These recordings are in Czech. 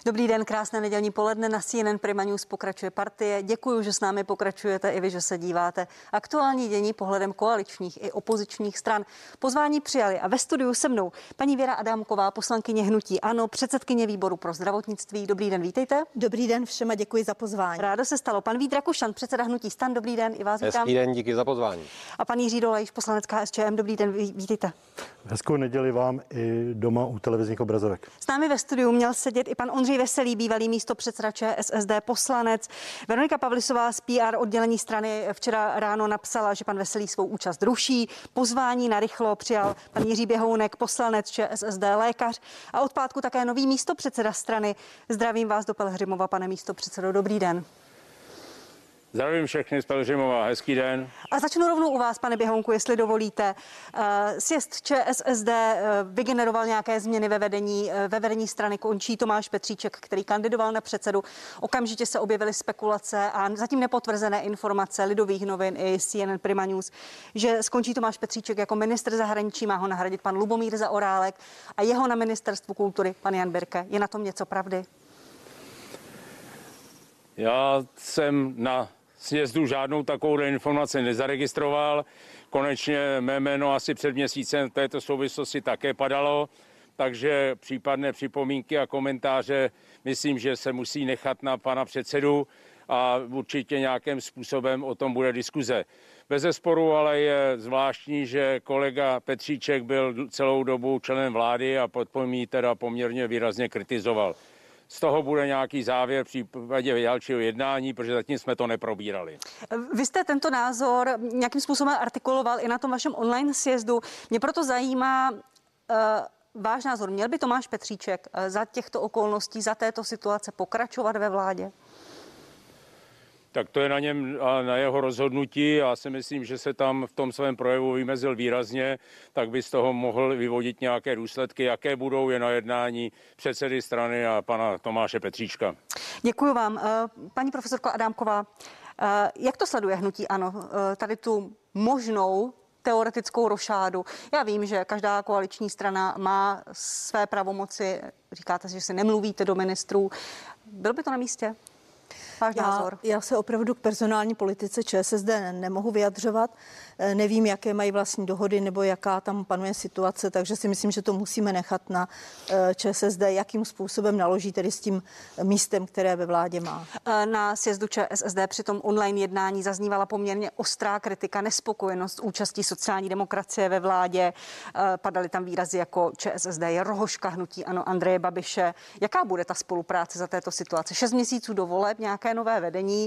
Dobrý den, krásné nedělní poledne na CNN Prima News pokračuje partie. Děkuji, že s námi pokračujete i vy, že se díváte. Aktuální dění pohledem koaličních i opozičních stran. Pozvání přijali a ve studiu se mnou paní Věra Adámková, poslankyně hnutí ANO, předsedkyně výboru pro zdravotnictví. Dobrý den, vítejte. Dobrý den všem a děkuji za pozvání. Rádo se stalo. Pan Vít Rakušan, předseda hnutí STAN. Dobrý den, i vás vítám. Hezký den, díky za pozvání. A paní Jiří Dolejš, poslanecká SČM. Dobrý den, vítejte. Hezkou neděli vám i doma u televizních obrazovek. S námi ve studiu měl sedět i pan Ondřej Veselý, bývalý místopředseda ČSSD, poslanec. Veronika Pavlisová z PR oddělení strany včera ráno napsala, že pan Veselý svou účast ruší. Pozvání narychlo přijal pan Jiří Běhounek, poslanec ČSSD, lékař a od pátku také nový místopředseda strany. Zdravím vás do Pelhřimova, pane místopředsedo. Dobrý den. Zdravím všechny z Pelhřimova, hezký den. A začnu rovnou u vás, pane Běhounku, jestli dovolíte. Sjezd ČSSD vygeneroval nějaké změny ve vedení strany, končí Tomáš Petříček, který kandidoval na předsedu. Okamžitě se objevily spekulace a zatím nepotvrzené informace Lidových novin i CNN Prima News, že skončí Tomáš Petříček jako ministr zahraničí, má ho nahradit pan Lubomír Zaorálek a jeho na ministerstvu kultury pan Jan Birke. Je na tom něco pravdy? Já jsem na sjezdu žádnou takovou informaci nezaregistroval. Konečně mé jméno asi před měsícem v této souvislosti také padalo, takže případné připomínky a komentáře myslím, že se musí nechat na pana předsedu a určitě nějakým způsobem o tom bude diskuze. Bezesporu ale je zvláštní, že kolega Petříček byl celou dobu členem vlády a potom ji teda poměrně výrazně kritizoval. Z toho bude nějaký závěr v případě dalšího jednání, protože zatím jsme to neprobírali. Vy jste tento názor nějakým způsobem artikuloval i na tom vašem online sjezdu. Mě proto zajímá váš názor. Měl by Tomáš Petříček za těchto okolností, za této situace pokračovat ve vládě? Tak to je na něm a na jeho rozhodnutí. Já si myslím, že se tam v tom svém projevu vymezil výrazně, tak by z toho mohl vyvodit nějaké důsledky, jaké budou je na jednání předsedy strany a pana Tomáše Petříčka. Děkuji vám. Paní profesorko Adámková, jak to sleduje hnutí ANO? Tady tu možnou teoretickou rošádu. Já vím, že každá koaliční strana má své pravomoci. Říkáte, že si nemluvíte do ministrů. Byl by to na místě? Já se opravdu k personální politice ČSSD nemohu vyjadřovat. Nevím, jaké mají vlastní dohody nebo jaká tam panuje situace, takže si myslím, že to musíme nechat na ČSSD, jakým způsobem naloží tedy s tím místem, které ve vládě má. Na sjezdu ČSSD při tom online jednání zaznívala poměrně ostrá kritika, nespokojenost účastí sociální demokracie ve vládě. Padaly tam výrazy jako ČSSD je rohoška hnutí ANO Andreje Babiše. Jaká bude ta spolupráce za této situace? 6 měsíců do voleb, nějaké nové vedení,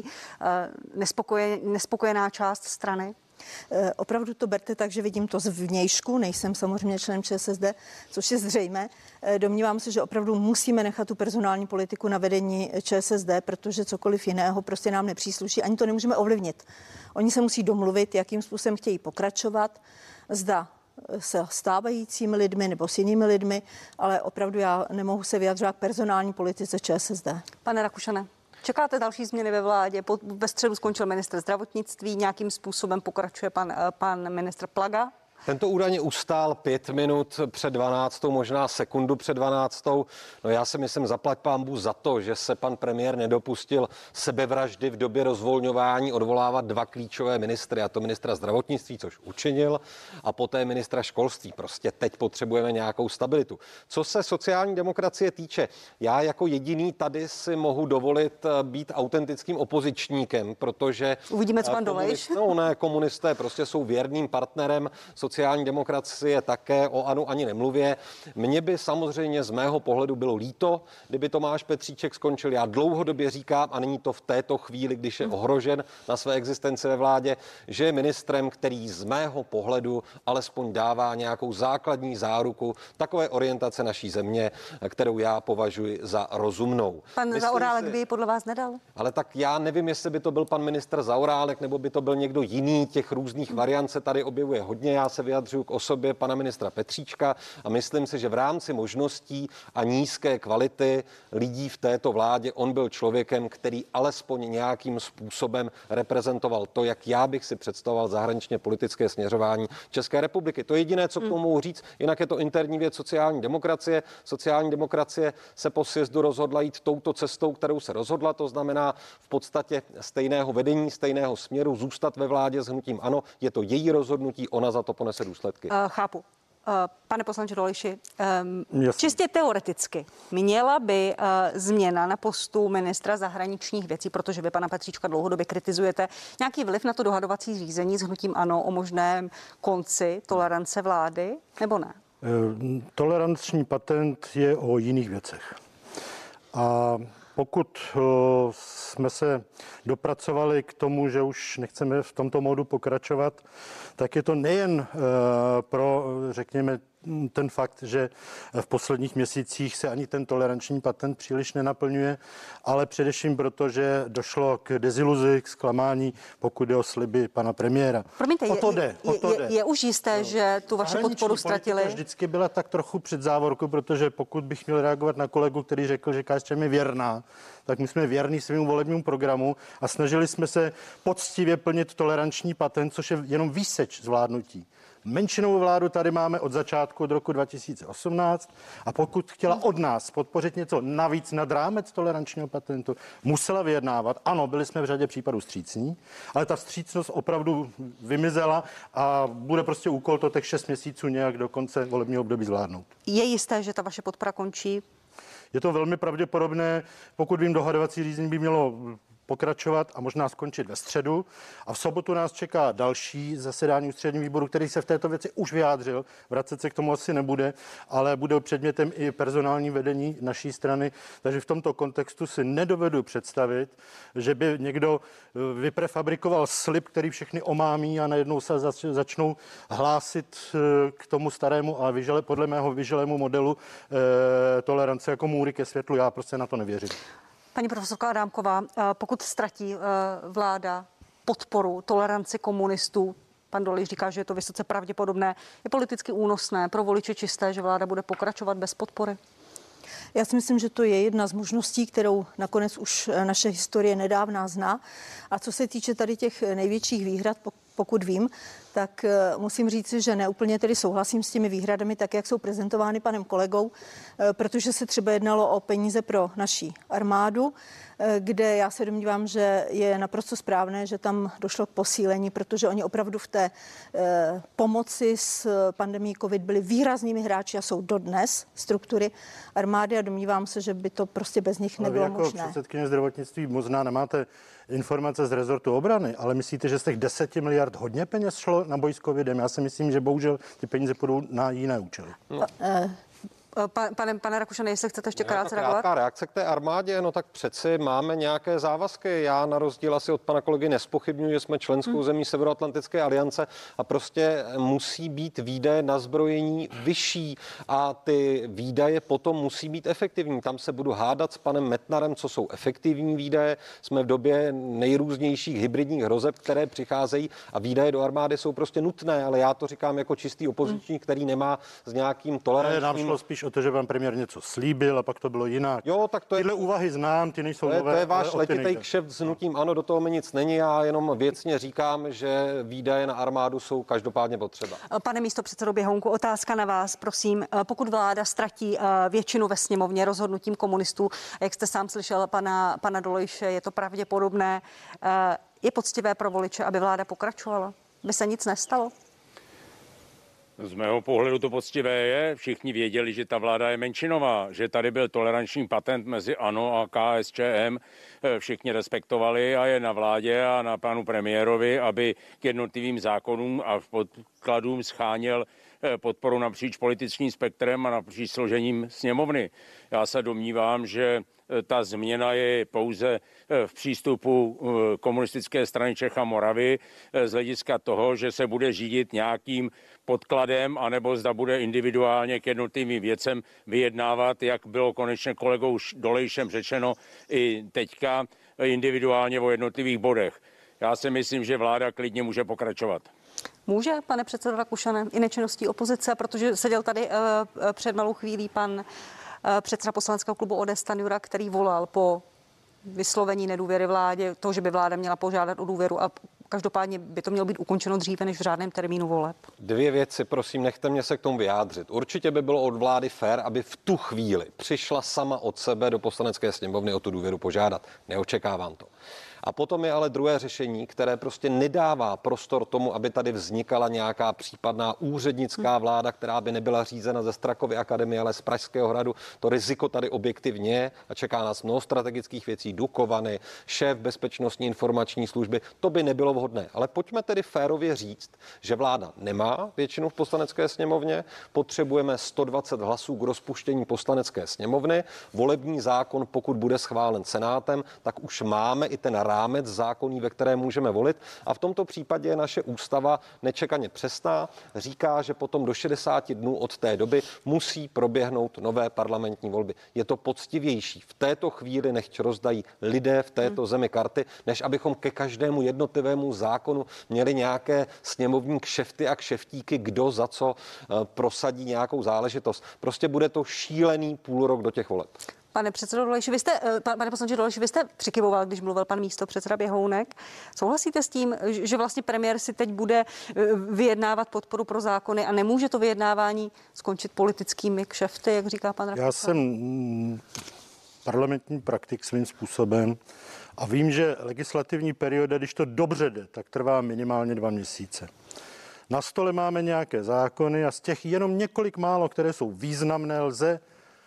nespokojená část strany? Opravdu to berte tak, že vidím to zvnějšku, nejsem samozřejmě členem ČSSD, což je zřejmé. Domnívám se, že opravdu musíme nechat tu personální politiku na vedení ČSSD, protože cokoliv jiného prostě nám nepřísluší, ani to nemůžeme ovlivnit. Oni se musí domluvit, jakým způsobem chtějí pokračovat, zda se stávajícími lidmi nebo s jinými lidmi, ale opravdu já nemohu se vyjadřovat k personální politice ČSSD. Pane Rakušane, čekáte další změny ve vládě? Ve středu skončil ministr zdravotnictví, nějakým způsobem pokračuje pan ministr Plaga. Tento údajně ustál 5 minut před 12, možná sekundu před 12. No já si myslím, zaplať pánbůh za to, že se pan premiér nedopustil sebevraždy v době rozvolňování odvolávat 2 klíčové ministry, a to ministra zdravotnictví, což učinil, a poté ministra školství. Prostě teď potřebujeme nějakou stabilitu. Co se sociální demokracie týče, já jako jediný tady si mohu dovolit být autentickým opozičníkem, protože uvidíme, co pan Dolejš. Komunisté prostě jsou věrným partnerem sociální demokracie, také o ANO ani nemluvě. Mně by samozřejmě z mého pohledu bylo líto, kdyby Tomáš Petříček skončil. Já dlouhodobě říkám, a není to v této chvíli, když je ohrožen na své existenci ve vládě, že je ministrem, který z mého pohledu alespoň dává nějakou základní záruku takové orientace naší země, kterou já považuji za rozumnou. Pan Zaorálek by podle vás nedal? Ale tak já nevím, jestli by to byl pan ministr Zaorálek, nebo by to byl někdo jiný. Těch různých variant se tady objevuje hodně. Já se vyjadřuju k osobě pana ministra Petříčka a myslím si, že v rámci možností a nízké kvality lidí v této vládě on byl člověkem, který alespoň nějakým způsobem reprezentoval to, jak já bych si představoval zahraničně politické směřování České republiky. To je jediné, co k tomu mohu říct, jinak je to interní věc sociální demokracie. Sociální demokracie se po sjezdu rozhodla jít touto cestou, kterou se rozhodla, to znamená v podstatě stejného vedení, stejného směru, zůstat ve vládě s hnutím ANO. Je to její rozhodnutí, ona za to ponese důsledky. Chápu. Pane poslanče Dolejši, čistě teoreticky měla by změna na postu ministra zahraničních věcí, protože vy pana Petříčka dlouhodobě kritizujete, nějaký vliv na to dohadovací řízení s hnutím ANO o možném konci tolerance vlády, nebo ne? Toleranční patent je o jiných věcech. A pokud jsme se dopracovali k tomu, že už nechceme v tomto módu pokračovat, tak je to nejen pro, řekněme, ten fakt, že v posledních měsících se ani ten toleranční patent příliš nenaplňuje, ale především proto, že došlo k deziluzi, k zklamání, pokud jde o sliby pana premiéra. Promiňte, o to jde. Je už jisté, že tu vaši podporu ztratili? Vždycky byla tak trochu před závorku, protože pokud bych měl reagovat na kolegu, který řekl, že KSČM je věrná, tak my jsme věrní svému volebnímu programu a snažili jsme se poctivě plnit toleranční patent, což je jenom výseč zvládnutí. Menšinovou vládu tady máme od začátku, od roku 2018 a pokud chtěla od nás podpořit něco navíc nad rámec tolerančního patentu, musela vyjednávat. Ano, byli jsme v řadě případů vstřícní, ale ta vstřícnost opravdu vymizela a bude prostě úkol to těch 6 měsíců nějak do konce volebního období zvládnout. Je jisté, že ta vaše podpora končí? Je to velmi pravděpodobné, pokud vím, dohadovací řízení by mělo pokračovat a možná skončit ve středu. A v sobotu nás čeká další zasedání ústředního výboru, který se v této věci už vyjádřil. Vracet se k tomu asi nebude, ale bude předmětem i personální vedení naší strany. Takže v tomto kontextu si nedovedu představit, že by někdo vyprefabrikoval slib, který všechny omámí a najednou se začnou hlásit k tomu starému a podle mého vyželému modelu tolerance jako můry ke světlu. Já prostě na to nevěřím. Paní profesorka Adámková, pokud ztratí vláda podporu, toleranci komunistů, pan Dolejš říká, že je to vysoce pravděpodobné, je politicky únosné pro voliče čisté, že vláda bude pokračovat bez podpory? Já si myslím, že to je jedna z možností, kterou nakonec už naše historie nedávná zná. A co se týče tady těch největších výhrad, pokud vím, tak musím říci, že neúplně tedy souhlasím s těmi výhradami, tak jak jsou prezentovány panem kolegou, protože se třeba jednalo o peníze pro naší armádu, kde já se domnívám, že je naprosto správné, že tam došlo k posílení, protože oni opravdu v té pomoci s pandemií COVID byli výraznými hráči a jsou dodnes struktury armády a domnívám se, že by to prostě bez nich nebylo možné. Jako předsedkyně zdravotnictví možná nemáte informace z rezortu obrany, ale myslíte, že z těch 10 miliard hodně peněz šlo na boj s covidem? Já si myslím, že bohužel ty peníze půjdou na jiné účely. Pane Rakušane, jestli chcete ještě krátce reagovat? Krátká reakce k té armádě, no tak přeci máme nějaké závazky. Já na rozdíl asi od pana kolegy nespochybnuju, že jsme členskou zemí Severoatlantické aliance a prostě musí být výdaje na zbrojení vyšší a ty výdaje potom musí být efektivní. Tam se budu hádat s panem Metnarem, co jsou efektivní výdaje. Jsme v době nejrůznějších hybridních hrozeb, které přicházejí a výdaje do armády jsou prostě nutné, ale já to říkám jako čistý opoziční, který nemá s nějakým tolerančním o to, že pan premiér něco slíbil a pak to bylo jinak. Jo, tak to tyhle úvahy znám, ty nejsou nové. To je váš letitej kšeft s hnutím ANO, do toho mi nic není, já jenom věcně říkám, že výdaje na armádu jsou každopádně potřeba. Pane místopředsedo Běhounku, otázka na vás, prosím. Pokud vláda ztratí většinu ve sněmovně rozhodnutím komunistů, jak jste sám slyšel pana Dolejše, je to pravděpodobné, je poctivé pro voliče, aby vláda pokračovala? By se nic nestalo? Z mého pohledu to poctivé je. Všichni věděli, že ta vláda je menšinová, že tady byl toleranční patent mezi ANO a KSČM. Všichni respektovali a je na vládě a na panu premiérovi, aby k jednotlivým zákonům a podkladům scháněl podporu napříč politickým spektrem a napříč složením sněmovny. Já se domnívám, že ta změna je pouze v přístupu komunistické strany Čech a Moravy z hlediska toho, že se bude řídit nějakým podkladem, anebo zda bude individuálně k jednotlivým věcem vyjednávat, jak bylo konečně kolegou Dolejšem řečeno i teďka, individuálně o jednotlivých bodech. Já si myslím, že vláda klidně může pokračovat. Může, pane předsedo Rakušane, i nečinností opozice, protože seděl tady před malou chvílí pan předseda poslaneckého klubu ODS Stanjura, který volal po vyslovení nedůvěry vládě, to, že by vláda měla požádat o důvěru a každopádně by to mělo být ukončeno dříve než v řádném termínu voleb. Dvě věci, prosím, nechte mě se k tomu vyjádřit. Určitě by bylo od vlády fér, aby v tu chvíli přišla sama od sebe do Poslanecké sněmovny o tu důvěru požádat. Neočekávám to. A potom je ale druhé řešení, které prostě nedává prostor tomu, aby tady vznikala nějaká případná úřednická vláda, která by nebyla řízena ze Strakovy akademie, ale z Pražského hradu. To riziko tady objektivně je a čeká nás mnoho strategických věcí, Dukovany, šéf bezpečnostní informační služby. To by nebylo vhodné. Ale pojďme tedy férově říct, že vláda nemá většinu v Poslanecké sněmovně, potřebujeme 120 hlasů k rozpuštění Poslanecké sněmovny. Volební zákon, pokud bude schválen Senátem, tak už máme i ten rámec zákonný, ve které můžeme volit. A v tomto případě naše ústava nečekaně přesná. Říká, že potom do 60 dnů od té doby musí proběhnout nové parlamentní volby. Je to poctivější v této chvíli, nechť rozdají lidé v této zemi karty, než abychom ke každému jednotlivému zákonu měli nějaké sněmovní kšefty a kšeftíky, kdo za co prosadí nějakou záležitost. Prostě bude to šílený půlrok do těch voleb. Pane předsedo Dolejši, pane poslanče Dolejši, vy jste přikyvoval, když mluvil pan místopředseda Běhounek. Souhlasíte s tím, že vlastně premiér si teď bude vyjednávat podporu pro zákony a nemůže to vyjednávání skončit politickými kšefty, jak říká pan Rakušan? Já jsem parlamentní praktik svým způsobem a vím, že legislativní perioda, když to dobře jde, tak trvá minimálně 2 měsíce. Na stole máme nějaké zákony a z těch jenom několik málo, které jsou významné, lze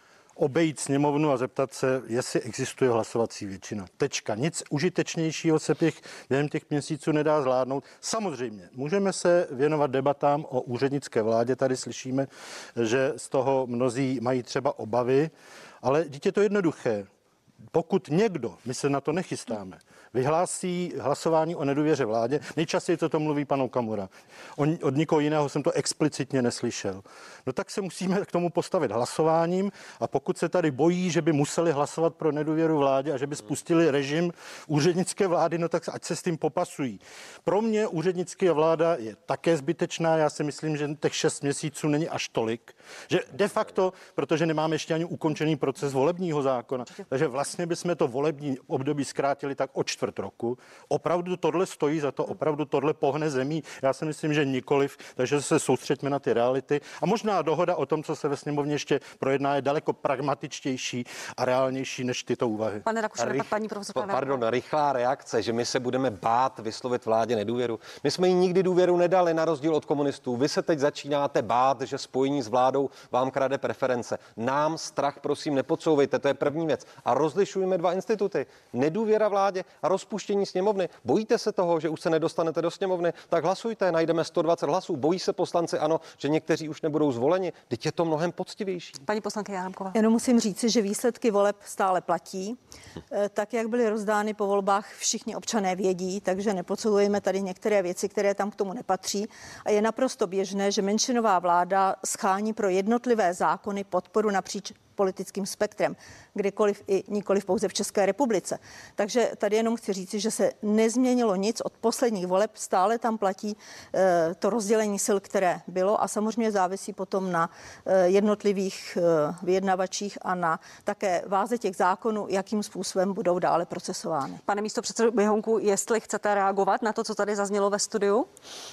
obejít sněmovnu a zeptat se, jestli existuje hlasovací většina. Tečka. Nic užitečnějšího se během těch měsíců nedá zvládnout. Samozřejmě, můžeme se věnovat debatám o úřednické vládě. Tady slyšíme, že z toho mnozí mají třeba obavy, ale dítě je to jednoduché. Pokud někdo, my se na to nechystáme, vyhlásí hlasování o nedůvěře vládě, nejčastěji to mluví pan Okamura. Od nikoho jiného jsem to explicitně neslyšel. No tak se musíme k tomu postavit hlasováním a pokud se tady bojí, že by museli hlasovat pro nedůvěru vládě a že by spustili režim úřednické vlády, no tak ať se s tím popasují. Pro mě úřednická vláda je také zbytečná, já si myslím, že těch 6 měsíců není až tolik, že de facto, protože nemáme ještě ani ukončený proces volebního zákona, takže vlastně bychom to volební období zkrátili tak o 1/4 roku. Opravdu tohle stojí za to, opravdu tohle pohne zemí. Já si myslím, že nikoliv, takže se soustřeďme na ty reality. A možná dohoda o tom, co se ve sněmovně ještě projedná, je daleko pragmatičtější a reálnější než tyto úvahy. Pane Rakušane, pak paní profesorka. Pardon, rychlá reakce, že my se budeme bát vyslovit vládě nedůvěru. My jsme jí nikdy důvěru nedali, na rozdíl od komunistů. Vy se teď začínáte bát, že spojení s vládou vám krade preference. Nám strach, prosím, nepodsouvejte, to je první věc. A rozlišujeme 2 instituty. Nedůvěra vládě a rozpuštění sněmovny. Bojíte se toho, že už se nedostanete do sněmovny? Tak hlasujte, najdeme 120 hlasů. Bojí se poslanci ANO, že někteří už nebudou zvoleni? Teď je to mnohem poctivější. Paní poslankyně Járamková. Jenom musím říci, že výsledky voleb stále platí. Tak, jak byly rozdány po volbách, všichni občané vědí, takže nepodsouvejme tady některé věci, které tam k tomu nepatří. A je naprosto běžné, že menšinová vláda schání pro jednotlivé zákony podporu napříč politickým spektrem, kdekoliv i nikoliv pouze v České republice. Takže tady jenom chci říci, že se nezměnilo nic od posledních voleb, stále tam platí to rozdělení sil, které bylo a samozřejmě závisí potom na jednotlivých vyjednavačích a na také váze těch zákonů, jakým způsobem budou dále procesovány. Pane místopředsedo Běhounku, jestli chcete reagovat na to, co tady zaznělo ve studiu?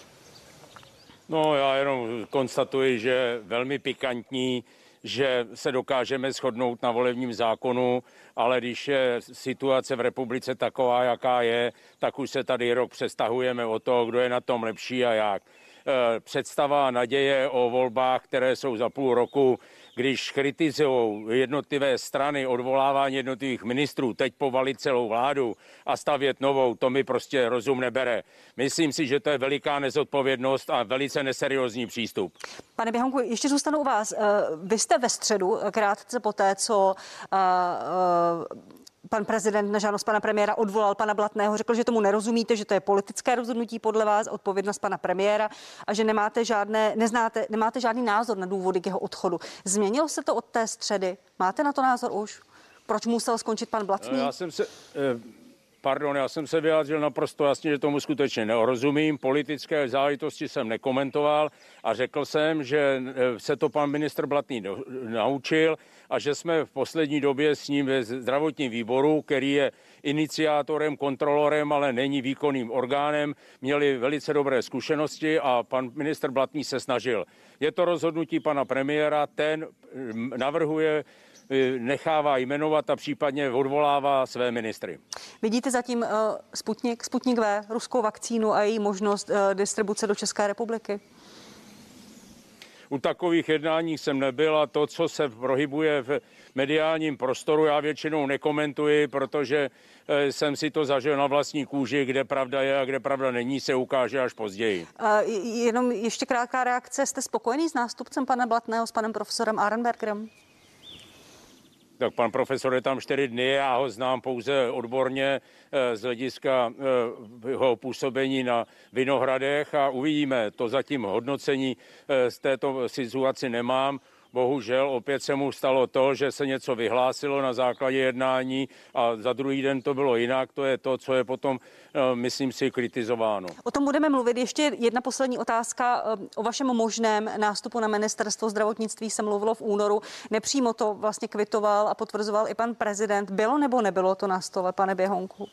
No, já jenom konstatuji, že velmi pikantní, že se dokážeme shodnout na volebním zákonu, ale když je situace v republice taková, jaká je, tak už se tady rok přestahujeme o to, kdo je na tom lepší a jak. Představa naděje o volbách, které jsou za půl roku, když kritizují jednotlivé strany odvolávání jednotlivých ministrů, teď povalit celou vládu a stavět novou, to mi prostě rozum nebere. Myslím si, že to je veliká nezodpovědnost a velice neseriózní přístup. Pane Běhounku, ještě zůstanu u vás. Vy jste ve středu, krátce poté, co pan prezident na žádost pana premiéra odvolal pana Blatného, řekl, že tomu nerozumíte, že to je politické rozhodnutí podle vás, odpovědnost pana premiéra a že nemáte žádný názor na důvody k jeho odchodu. Změnilo se to od té středy? Máte na to názor už? Proč musel skončit pan Blatný? Pardon, já jsem se vyjádřil naprosto jasně, že tomu skutečně nerozumím. Politické záležitosti jsem nekomentoval a řekl jsem, že se to pan ministr Blatný naučil a že jsme v poslední době s ním ve zdravotním výboru, který je iniciátorem, kontrolorem, ale není výkonným orgánem, měli velice dobré zkušenosti a pan ministr Blatný se snažil. Je to rozhodnutí pana premiéra, ten navrhuje, nechává jmenovat a případně odvolává své ministry. Vidíte zatím Sputnik V, ruskou vakcínu a její možnost distribuce do České republiky? U takových jednání jsem nebyl a to, co se prohybuje v mediálním prostoru, já většinou nekomentuji, protože jsem si to zažil na vlastní kůži, kde pravda je a kde pravda není, se ukáže až později. Jenom ještě krátká reakce. Jste spokojený s nástupcem pana Blatného, s panem profesorem Arenbergerem? Tak pan profesor je tam 4 dny, já ho znám pouze odborně z hlediska jeho působení na Vinohradech a uvidíme. To zatím hodnocení z této situaci nemám. Bohužel opět se mu stalo to, že se něco vyhlásilo na základě jednání a za druhý den to bylo jinak. To je to, co je potom, myslím si, kritizováno. O tom budeme mluvit. Ještě jedna poslední otázka. O vašem možném nástupu na ministerstvo zdravotnictví se mluvilo v únoru. Nepřímo to vlastně kvitoval a potvrzoval i pan prezident. Bylo nebo nebylo to na stole, pane Běhounku?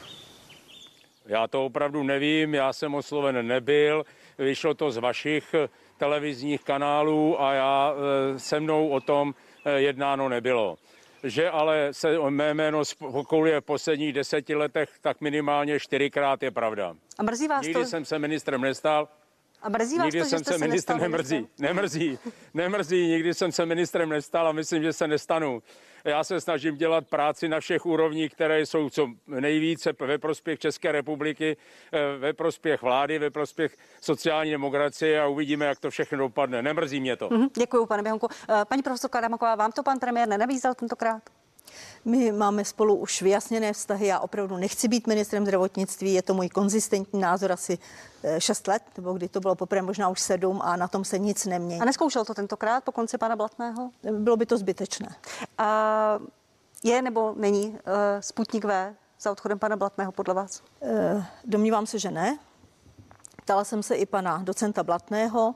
Já to opravdu nevím, já jsem osloven nebyl. Vyšlo to z vašich televizních kanálů a se mnou o tom jednáno nebylo. Že ale se mé jméno spokojuje v posledních 10 letech, tak minimálně 4krát je pravda. A mrzí vás Nikdy to? jsem se ministrem nestal. A mrzí vás nikdy to, že jsem jste se ministrem nemrzí, nikdy jsem se ministrem nestal a myslím, že se nestanu. Já se snažím dělat práci na všech úrovních, které jsou co nejvíce ve prospěch České republiky, ve prospěch vlády, ve prospěch sociální demokracie a uvidíme, jak to všechno dopadne. Nemrzí mě to. Děkuju, pane Běhounku. Paní profesorka Adamaková, vám to pan premiér nenabízel tentokrát? My máme spolu už vyjasněné vztahy. Já opravdu nechci být ministrem zdravotnictví. Je to můj konzistentní názor asi 6 let, nebo kdy to bylo poprvé možná už 7 a na tom se nic nemění. A neskoušel to tentokrát po konci pana Blatného? Bylo by to zbytečné. A je nebo není Sputnik V za odchodem pana Blatného podle vás? Domnívám se, že ne. Ptala jsem se i pana docenta Blatného.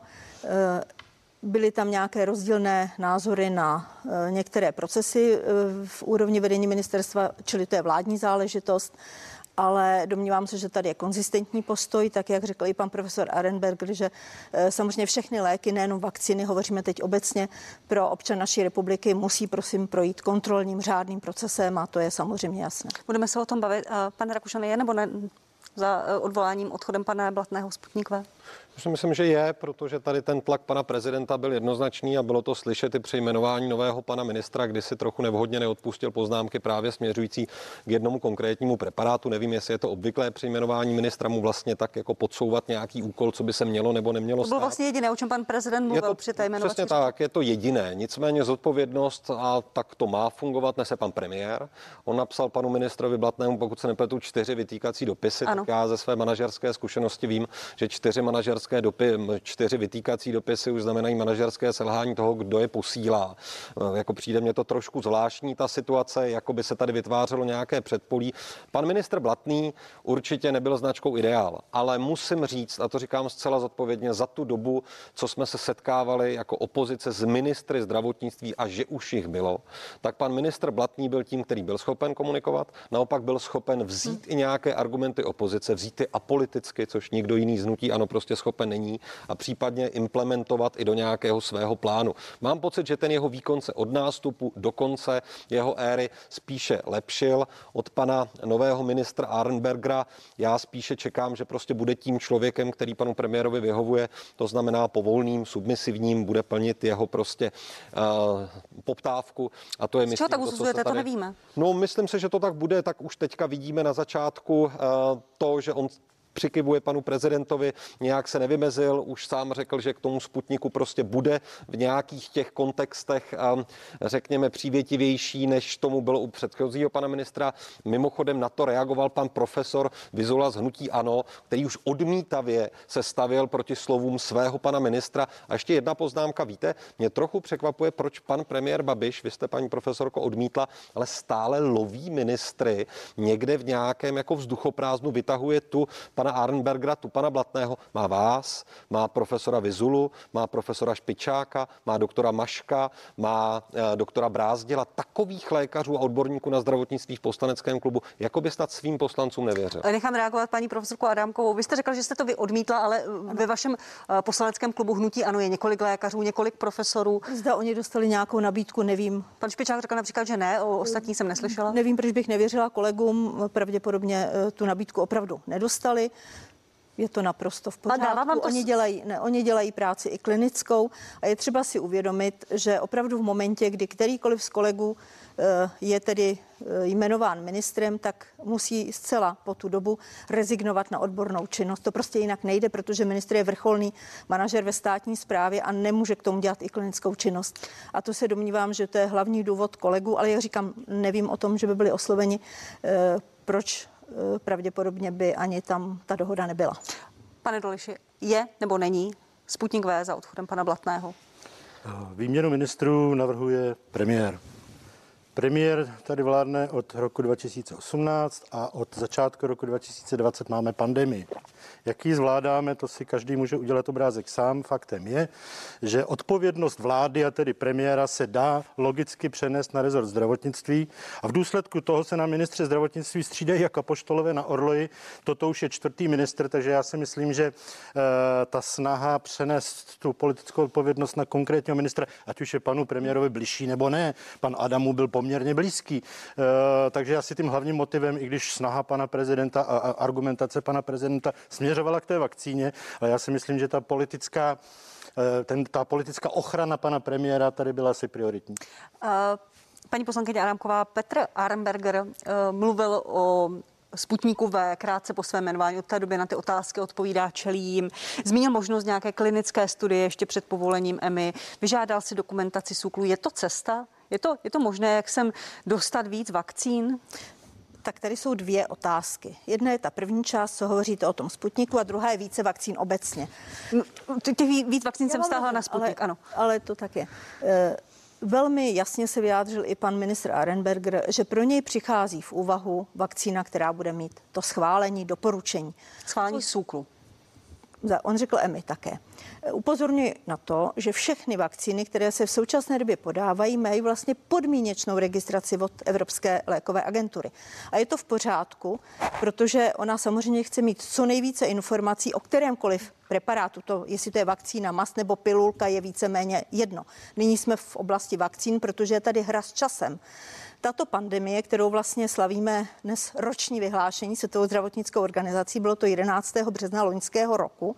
Byly tam nějaké rozdílné názory na některé procesy v úrovni vedení ministerstva, čili to je vládní záležitost, ale domnívám se, že tady je konzistentní postoj, tak jak řekl i pan profesor Arenberger, že samozřejmě všechny léky, nejenom vakcíny, hovoříme teď obecně, pro občan naší republiky musí prosím projít kontrolním řádným procesem a to je samozřejmě jasné. Budeme se o tom bavit. Pane Rakušane, je nebo ne za odvoláním odchodem pana Blatného Sputnik V? Já si myslím, že je, protože tady ten tlak pana prezidenta byl jednoznačný a bylo to slyšet i při jmenování nového pana ministra, kdy si trochu nevhodně neodpustil poznámky právě směřující k jednomu konkrétnímu preparátu. Nevím, jestli je to obvyklé při jmenování ministra mu vlastně tak jako podsouvat nějaký úkol, co by se mělo nebo nemělo To stát. bylo vlastně jediné, o čem pan prezident mluvil při té jmenovací. Přesně tak, je to jediné. Nicméně zodpovědnost a tak to má fungovat, nese pan premiér. On napsal panu ministrovi Blatnému, pokud se nepletu, 4 vytýkací dopisy. Ano. Tak já ze své manažerské zkušenosti vím, že 4 vytýkací dopisy už znamenají manažerské selhání toho, kdo je posílá. Jako přijde mně to trošku zvláštní ta situace, jako by se tady vytvářelo nějaké předpolí. Pan ministr Blatný určitě nebyl značkou ideál, ale musím říct, a to říkám zcela zodpovědně, za tu dobu, co jsme se setkávali jako opozice s ministry zdravotnictví a že už jich bylo, tak pan ministr Blatný byl tím, který byl schopen komunikovat, naopak byl schopen vzít i nějaké argumenty opozice, vzít je apoliticky, což nikdo jiný z hnutí ANO prostě schopen není, a případně implementovat i do nějakého svého plánu. Mám pocit, že ten jeho výkon se od nástupu do konce jeho éry spíše lepšil. Od pana nového ministra Arenbergera já spíše čekám, že prostě bude tím člověkem, který panu premiérovi vyhovuje, to znamená povolným, submisivním, bude plnit jeho prostě poptávku a to je, myslím, tak usuzujete, to nevíme. No, myslím si, že to tak bude, tak už teďka vidíme na začátku to, že on přikivuje panu prezidentovi, nějak se nevymezil, už sám řekl, že k tomu Sputniku prostě bude v nějakých těch kontextech, řekněme, přívětivější, než tomu bylo u předchozího pana ministra. Mimochodem na to reagoval pan profesor Vyzula z hnutí ANO, který už odmítavě se stavěl proti slovům svého pana ministra. A ještě jedna poznámka, víte, mě trochu překvapuje, proč pan premiér Babiš, vy jste, paní profesorko, odmítla, ale stále loví ministry někde v nějakém jako vzduchoprázdnu, vytahuje tu pana Arenbergera, tu pana Blatného, má vás, má profesora Vyzulu, má profesora Špičáka, má doktora Maška, má doktora Brázděla, takových lékařů a odborníků na zdravotnictví v poslaneckém klubu, jako by snad svým poslancům nevěřil. Nechám reagovat paní profesorku Adámkovou. Vy jste řekl, že jste to vy odmítla, ale ve vašem poslaneckém klubu hnutí ANO je několik lékařů, několik profesorů. Zda oni dostali nějakou nabídku, nevím. Pan Špičák řekl například, že ne, o ostatní jsem neslyšela. Nevím, proč bych nevěřila kolegům, pravděpodobně tu nabídku opravdu nedostali. Je to naprosto v pořádku. Oni dělají práci i klinickou a je třeba si uvědomit, že opravdu v momentě, kdy kterýkoliv z kolegů je tedy jmenován ministrem, tak musí zcela po tu dobu rezignovat na odbornou činnost. To prostě jinak nejde, protože ministr je vrcholný manažer ve státní správě a nemůže k tomu dělat i klinickou činnost. A to se domnívám, že to je hlavní důvod kolegů, ale jak říkám, nevím o tom, že by byli osloveni, proč pravděpodobně by ani tam ta dohoda nebyla. Pane Doleši, je nebo není Sputnik V za odchodem pana Blatného? Výměnu ministrů navrhuje premiér. Premiér tady vládne od roku 2018 a od začátku roku 2020 máme pandemii. Jak ji zvládáme, to si každý může udělat obrázek sám. Faktem je, že odpovědnost vlády a tedy premiéra se dá logicky přenést na rezort zdravotnictví a v důsledku toho se na ministře zdravotnictví střídají jako apoštolové na orloji. Toto už je 4. ministr, takže já si myslím, že ta snaha přenést tu politickou odpovědnost na konkrétního ministra, ať už je panu premiérovi bližší nebo ne, pan Adamu byl poměrně blízký. Takže asi tím hlavním motivem, i když snaha pana prezidenta a argumentace pana prezidenta směřovala k té vakcíně, ale já si myslím, že ta politická ochrana pana premiéra tady byla asi prioritní. Paní poslankyně Adámková, Petr Arenberger mluvil o Sputniku V krátce po svém jmenování, od té doby na ty otázky odpovídá, čelí jim. Zmínil možnost nějaké klinické studie ještě před povolením EMA, vyžádal si dokumentaci SÚKLu. Je to cesta? Je to možné, jak sem dostat víc vakcín? Tak tady jsou dvě otázky. Jedna je ta první část, co hovoříte o tom Sputniku, a druhá je více vakcín obecně. Těch víc vakcín jsem vztáhla na Sputnik, ano. Ale to tak je. Velmi jasně se vyjádřil i pan ministr Arenberger, že pro něj přichází v úvahu vakcína, která bude mít to schválení, doporučení. Schválení SÚKLu. On řekl EMA také. Upozorňuji na to, že všechny vakcíny, které se v současné době podávají, mají vlastně podmínečnou registraci od Evropské lékové agentury. A je to v pořádku, protože ona samozřejmě chce mít co nejvíce informací o kterémkoliv preparátu. To, jestli to je vakcína, mast nebo pilulka, je víceméně jedno. Nyní jsme v oblasti vakcín, protože je tady hra s časem. Tato pandemie, kterou vlastně slavíme dnes roční vyhlášení Světovou zdravotnickou organizací, bylo to 11. března loňského roku,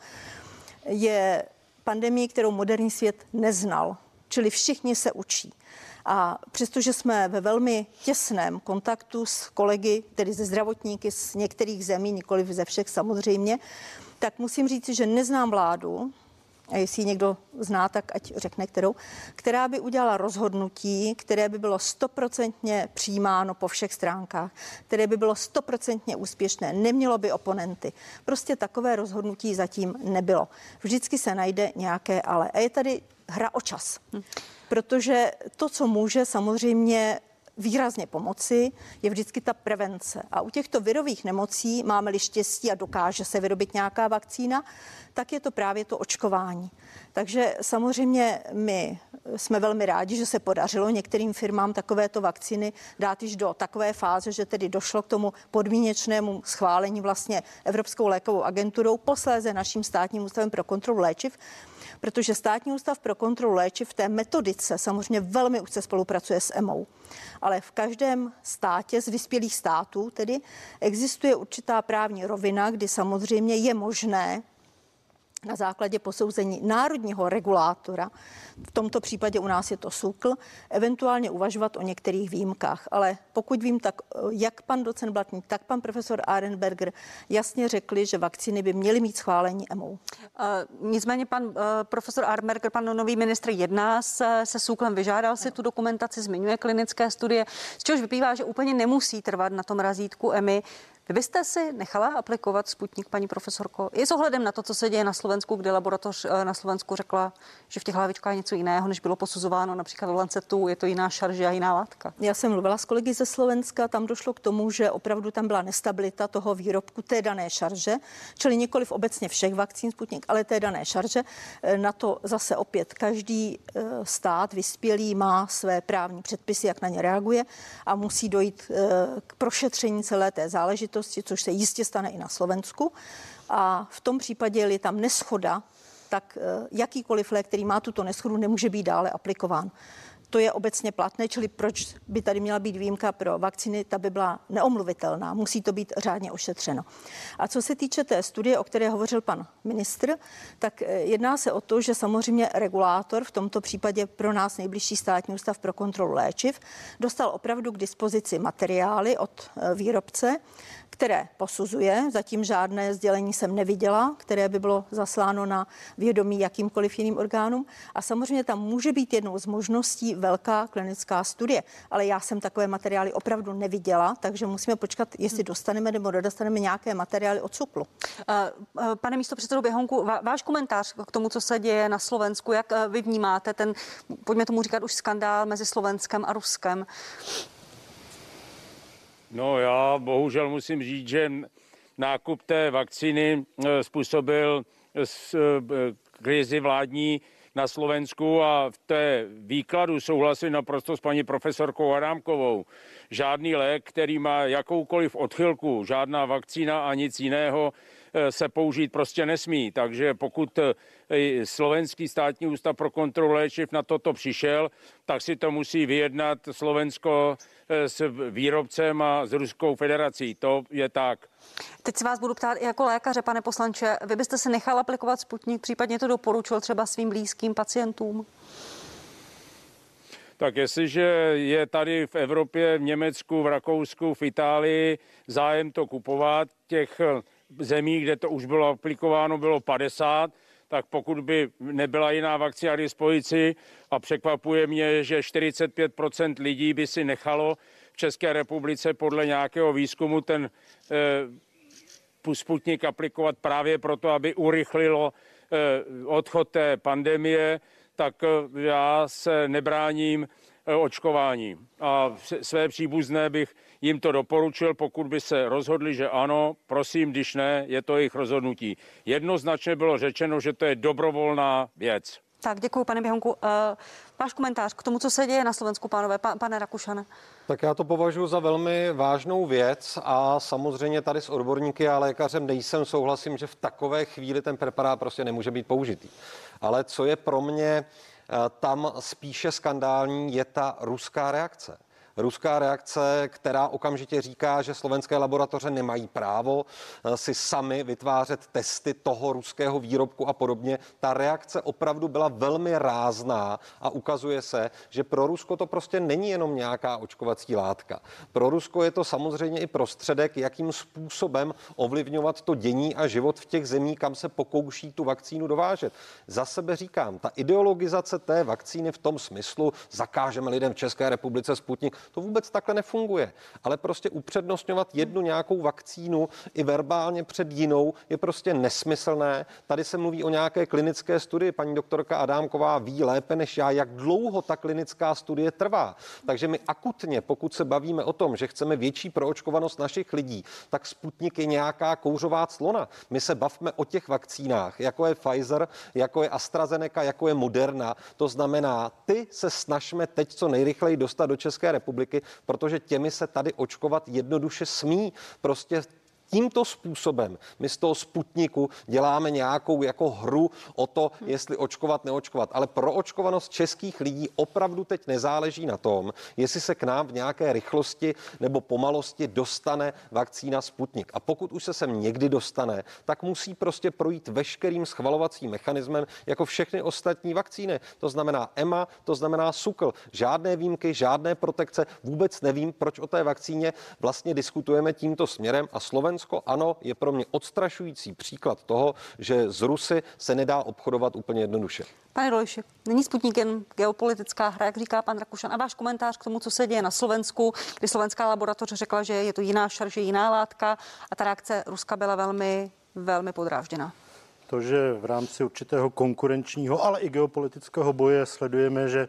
je pandemie, kterou moderní svět neznal, čili všichni se učí. A přestože jsme ve velmi těsném kontaktu s kolegy, tedy ze zdravotníky z některých zemí, nikoliv ze všech samozřejmě, tak musím říct, že neznám vládu, a jestli ji někdo zná, tak ať řekne kterou, která by udělala rozhodnutí, které by bylo 100% přijímáno po všech stránkách, které by bylo 100% úspěšné, nemělo by oponenty. Prostě takové rozhodnutí zatím nebylo. Vždycky se najde nějaké ale. A je tady hra o čas. Protože to, co může samozřejmě výrazně pomoci, je vždycky ta prevence. A u těchto virových nemocí, máme-li štěstí a dokáže se vyrobit nějaká vakcína, tak je to právě to očkování. Takže samozřejmě my jsme velmi rádi, že se podařilo některým firmám takovéto vakcíny dát již do takové fáze, že tedy došlo k tomu podmínečnému schválení vlastně Evropskou lékovou agenturou, posléze naším státním ústavem pro kontrolu léčiv, protože státní ústav pro kontrolu léčiv v té metodice samozřejmě velmi úzce spolupracuje s EMA. Ale v každém státě z vyspělých států tedy existuje určitá právní rovina, kdy samozřejmě je možné na základě posouzení národního regulátora, v tomto případě u nás je to SÚKL, eventuálně uvažovat o některých výjimkách. Ale pokud vím, tak jak pan docent Blatník, tak pan profesor Arenberger jasně řekli, že vakcíny by měly mít schválení EMA. Nicméně pan profesor Arenberger, pan nový ministr, jedná se SÚKLem, vyžádal si tu dokumentaci, zmiňuje klinické studie, z čehož vyplývá, že úplně nemusí trvat na tom razítku EMA. Vy byste si nechala aplikovat Sputnik, paní profesorko? I s ohledem na to, co se děje na Slovensku, kde laboratoř na Slovensku řekla, že v těch hlavičkách je něco jiného, než bylo posuzováno například v Lancetu, je to jiná šarže a jiná látka. Já jsem mluvila s kolegy ze Slovenska, tam došlo k tomu, že opravdu tam byla nestabilita toho výrobku té dané šarže, čili nikoliv obecně všech vakcín Sputnik, ale té dané šarže. Na to zase opět každý stát vyspělý má své právní předpisy, jak na ně reaguje a musí dojít k prošetření celé té záležitosti, což se jistě stane i na Slovensku. A v tom případě, je tam neshoda, tak jakýkoliv lék, který má tuto neshodu, nemůže být dále aplikován. To je obecně platné, čili proč by tady měla být výjimka pro vakcíny, ta by byla neomluvitelná, musí to být řádně ošetřeno. A co se týče té studie, o které hovořil pan ministr, tak jedná se o to, že samozřejmě regulátor, v tomto případě pro nás nejbližší Státní ústav pro kontrolu léčiv, dostal opravdu k dispozici materiály od výrobce, které posuzuje. Zatím žádné sdělení jsem neviděla, které by bylo zasláno na vědomí jakýmkoliv jiným orgánům. A samozřejmě tam může být jednou z možností velká klinická studie. Ale já jsem takové materiály opravdu neviděla, takže musíme počkat, jestli dostaneme nebo dostaneme nějaké materiály od SÚKLu. Pane místopředsedo Běhounku, váš komentář k tomu, co se děje na Slovensku, jak vy vnímáte ten, pojďme tomu říkat, už skandál mezi Slovenskem a Ruskem? No já bohužel musím říct, že nákup té vakcíny způsobil krizi vládní na Slovensku a v té výkladu souhlasím naprosto s paní profesorkou Adámkovou. Žádný lék, který má jakoukoliv odchylku, žádná vakcína a nic jiného se použít prostě nesmí. Takže pokud Slovenský státní ústav pro kontrolu léčiv na toto přišel, tak si to musí vyjednat Slovensko s výrobcem a s Ruskou federací. To je tak. Teď se vás budu ptát i jako lékaře, pane poslanče. Vy byste se nechal aplikovat Sputnik, případně to doporučil třeba svým blízkým pacientům? Tak jestliže je tady v Evropě, v Německu, v Rakousku, v Itálii zájem to kupovat, těch zemí, kde to už bylo aplikováno, bylo 50, tak pokud by nebyla jiná vakcína k dispozici a překvapuje mě, že 45% lidí by si nechalo v České republice podle nějakého výzkumu ten Sputnik aplikovat právě proto, aby urychlilo odchod té pandemie, tak já se nebráním očkování. A své příbuzné bych jim to doporučil, pokud by se rozhodli, že ano, prosím, když ne, je to jejich rozhodnutí. Jednoznačně bylo řečeno, že to je dobrovolná věc. Tak děkuji, pane Běhounku. Váš komentář k tomu, co se děje na Slovensku, pánové, pane Rakušane. Tak já to považuji za velmi vážnou věc a samozřejmě tady s odborníky a lékařem nejsem, souhlasím, že v takové chvíli ten preparát prostě nemůže být použitý. Ale co je pro mě tam spíše skandální, je ta ruská reakce. Ruská reakce, která okamžitě říká, že slovenské laboratoře nemají právo si sami vytvářet testy toho ruského výrobku a podobně. Ta reakce opravdu byla velmi rázná a ukazuje se, že pro Rusko to prostě není jenom nějaká očkovací látka. Pro Rusko je to samozřejmě i prostředek, jakým způsobem ovlivňovat to dění a život v těch zemích, kam se pokouší tu vakcínu dovážet. Za sebe říkám, ta ideologizace té vakcíny v tom smyslu, zakážeme lidem v České republice Sputnik, to vůbec takhle nefunguje. Ale prostě upřednostňovat jednu nějakou vakcínu i verbálně před jinou je prostě nesmyslné. Tady se mluví o nějaké klinické studii. Paní doktorka Adámková ví lépe než já, jak dlouho ta klinická studie trvá. Takže my akutně, pokud se bavíme o tom, že chceme větší proočkovanost našich lidí, tak Sputnik je nějaká kouřová clona. My se bavme o těch vakcínách, jako je Pfizer, jako je AstraZeneca, jako je Moderna. To znamená, ty se snažíme teď co nejrychleji dostat do České republiky, protože těmi se tady očkovat jednoduše smí. Prostě tímto způsobem my z toho Sputniku děláme nějakou jako hru o to, jestli očkovat, neočkovat. Ale pro očkovanost českých lidí opravdu teď nezáleží na tom, jestli se k nám v nějaké rychlosti nebo pomalosti dostane vakcína Sputnik. A pokud už se sem někdy dostane, tak musí prostě projít veškerým schvalovacím mechanismem jako všechny ostatní vakcíny. To znamená EMA, to znamená SÚKL. Žádné výjimky, žádné protekce. Vůbec nevím, proč o té vakcíně vlastně diskutujeme tímto směrem. A Slovensko, ano, je pro mě odstrašující příklad toho, že z Rusy se nedá obchodovat úplně jednoduše. Pane Dolejši, není Sputnik jen geopolitická hra, jak říká pan Rakušan. A váš komentář k tomu, co se děje na Slovensku, kdy slovenská laboratoř řekla, že je to jiná šarže, jiná látka a ta reakce Ruska byla velmi, velmi podrážděná. To, že v rámci určitého konkurenčního, ale i geopolitického boje sledujeme, že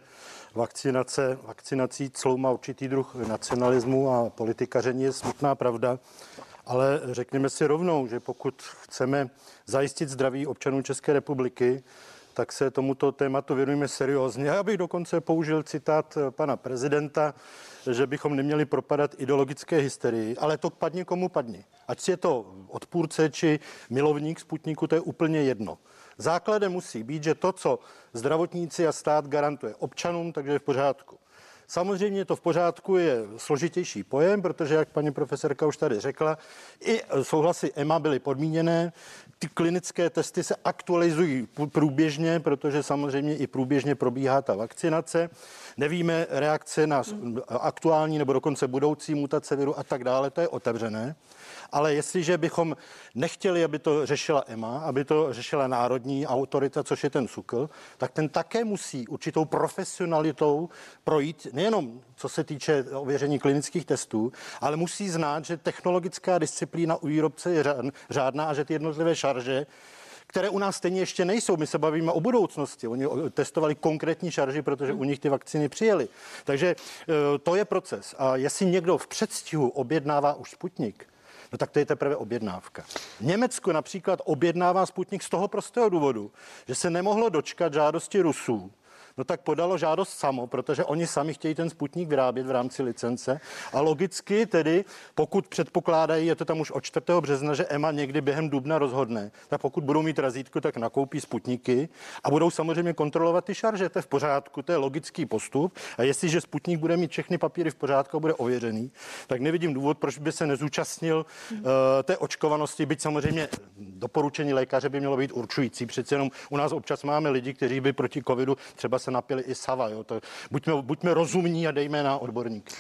vakcinací cloumá určitý druh nacionalismu a politikaření, je smutná pravda. Ale řekněme si rovnou, že pokud chceme zajistit zdraví občanů České republiky, tak se tomuto tématu věnujeme seriózně. Já bych dokonce použil citát pana prezidenta, že bychom neměli propadat ideologické hysterii, ale to padni komu padni. Ať je to odpůrce či milovník Sputniku, to je úplně jedno. Základem musí být, že to, co zdravotníci a stát garantuje občanům, takže je v pořádku. Samozřejmě to v pořádku je složitější pojem, protože, jak paní profesorka už tady řekla, i souhlasy EMA byly podmíněné. Ty klinické testy se aktualizují průběžně, protože samozřejmě i průběžně probíhá ta vakcinace. Nevíme reakce na aktuální nebo dokonce budoucí mutace viru a tak dále, to je otevřené. Ale jestliže bychom nechtěli, aby to řešila EMA, aby to řešila národní autorita, což je ten SÚKL, tak ten také musí určitou profesionalitou projít, nejenom co se týče ověření klinických testů, ale musí znát, že technologická disciplína u výrobce je řádná a že ty jednotlivé šarže, které u nás stejně ještě nejsou. My se bavíme o budoucnosti. Oni testovali konkrétní šarži, protože u nich ty vakcíny přijeli. Takže to je proces. A jestli někdo v předstihu objednává už Sputnik, no tak to je teprve objednávka. Německo například objednává Sputnik z toho prostého důvodu, že se nemohlo dočkat žádosti Rusů. No tak podalo žádost samo, protože oni sami chtějí ten Sputnik vyrábět v rámci licence a logicky tedy, pokud předpokládají, je to tam už od 4. března, že EMA někdy během dubna rozhodne, tak pokud budou mít razítko, tak nakoupí Sputniky a budou samozřejmě kontrolovat ty šarže, to je v pořádku, to je logický postup a jestliže Sputnik bude mít všechny papíry v pořádku a bude ověřený, tak nevidím důvod, proč by se nezúčastnil té očkovanosti, byť samozřejmě doporučení lékaře by mělo být určující, přece jenom u nás občas máme lidi, kteří by proti covidu třeba se napili i sava. Jo. To buďme rozumní a dejme na odborníky.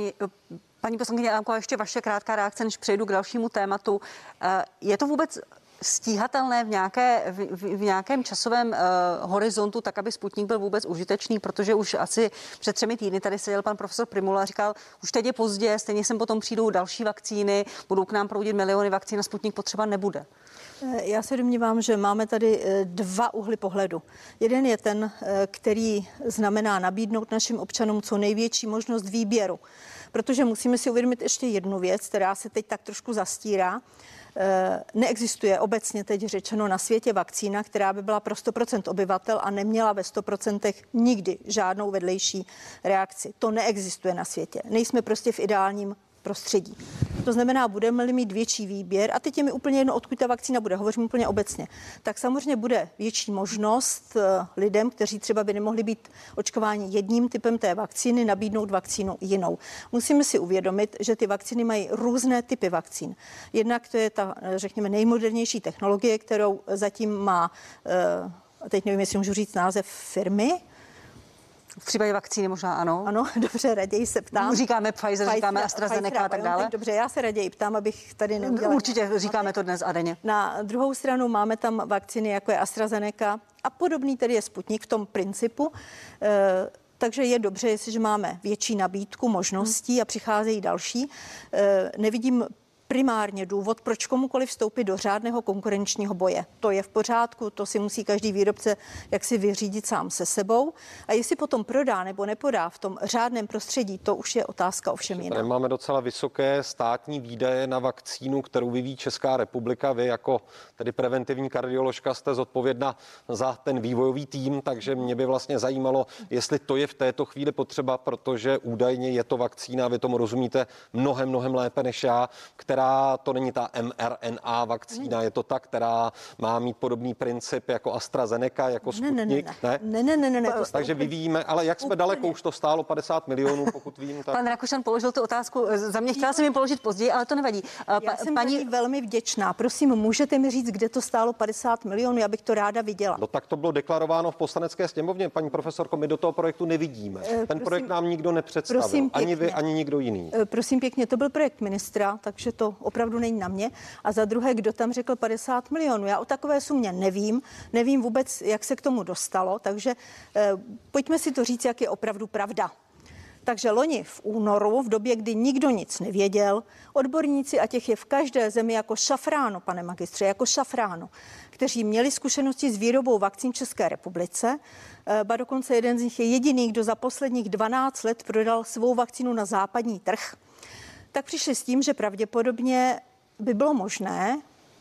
Paní poslankyně Adámková, ještě vaše krátká reakce, než přejdu k dalšímu tématu. Je to vůbec stíhatelné v nějakém časovém horizontu, tak aby Sputnik byl vůbec užitečný, protože už asi před 3 týdny tady seděl pan profesor Prymula a říkal, už teď je pozdě, stejně sem potom přijdou další vakcíny, budou k nám proudit miliony vakcín a Sputnik potřeba nebude. Já se domnívám, že máme tady 2 úhly pohledu. Jeden je ten, který znamená nabídnout našim občanům co největší možnost výběru. Protože musíme si uvědomit ještě jednu věc, která se teď tak trošku zastírá. Neexistuje obecně teď řečeno na světě vakcína, která by byla pro 100% obyvatel a neměla ve 100% nikdy žádnou vedlejší reakci. To neexistuje na světě. Nejsme prostě v ideálním prostředí. To znamená, budeme-li mít větší výběr, a teď je mi úplně jedno, odkud ta vakcína bude, hovořím úplně obecně, tak samozřejmě bude větší možnost lidem, kteří třeba by nemohli být očkováni jedním typem té vakcíny, nabídnout vakcínu jinou. Musíme si uvědomit, že ty vakcíny mají různé typy vakcín. Jednak to je ta, řekněme, nejmodernější technologie, kterou zatím má, teď nevím, jestli můžu říct název firmy. V případě vakcíny možná ano. Ano, dobře, raději se ptám. Říkáme Pfizer, říkáme AstraZeneca a tak dále. Dobře, já se raději ptám, abych tady neudělala. Určitě říkáme to dnes a denně. Na druhou stranu máme tam vakcíny, jako je AstraZeneca a podobný, tedy je Sputnik v tom principu. Takže je dobře, jestliže máme větší nabídku možností a přicházejí další. Nevidím primárně důvod, proč komukoliv vstoupit do řádného konkurenčního boje. To je v pořádku, to si musí každý výrobce jaksi vyřídit sám se sebou. A jestli potom prodá nebo nepodá v tom řádném prostředí, to už je otázka ovšem jiná. Tady máme docela vysoké státní výdaje na vakcínu, kterou vyvíjí Česká republika. Vy jako tedy preventivní kardioložka jste zodpovědná za ten vývojový tým, takže mě by vlastně zajímalo, jestli to je v této chvíli potřeba, protože údajně je to vakcína, vy tomu rozumíte mnohem lépe než já, která která, to není ta mRNA vakcína, je to ta, která má mít podobný princip jako AstraZeneca, jako Sputnik? Ne. Takže vyvíjíme, ale jak jsme daleko, už to stálo 50 milionů, pokud vím. Tak... Pan Rakušan položil tu otázku za mě, chtěla jsem ji položit později, ale to nevadí. Já jsem paní velmi vděčná. Prosím, můžete mi říct, kde to stálo 50 milionů, já bych to ráda viděla. No tak to bylo deklarováno v Poslanecké sněmovně, paní profesorko, my do toho projektu nevidíme. Ten projekt nám nikdo nepředstavil, ani vy, ani nikdo jiný. Prosím pěkně, to byl projekt ministra, takže to opravdu není na mě. A za druhé, kdo tam řekl 50 milionů? Já o takové sumě nevím vůbec, jak se k tomu dostalo, takže pojďme si to říct, jak je opravdu pravda. Takže loni v únoru, v době, kdy nikdo nic nevěděl, odborníci, a těch je v každé zemi jako šafránu, pane magistře, jako šafránu, kteří měli zkušenosti s výrobou vakcín v České republice, ba dokonce jeden z nich je jediný, kdo za posledních 12 let prodal svou vakcínu na západní trh, tak přišli s tím, že pravděpodobně by bylo možné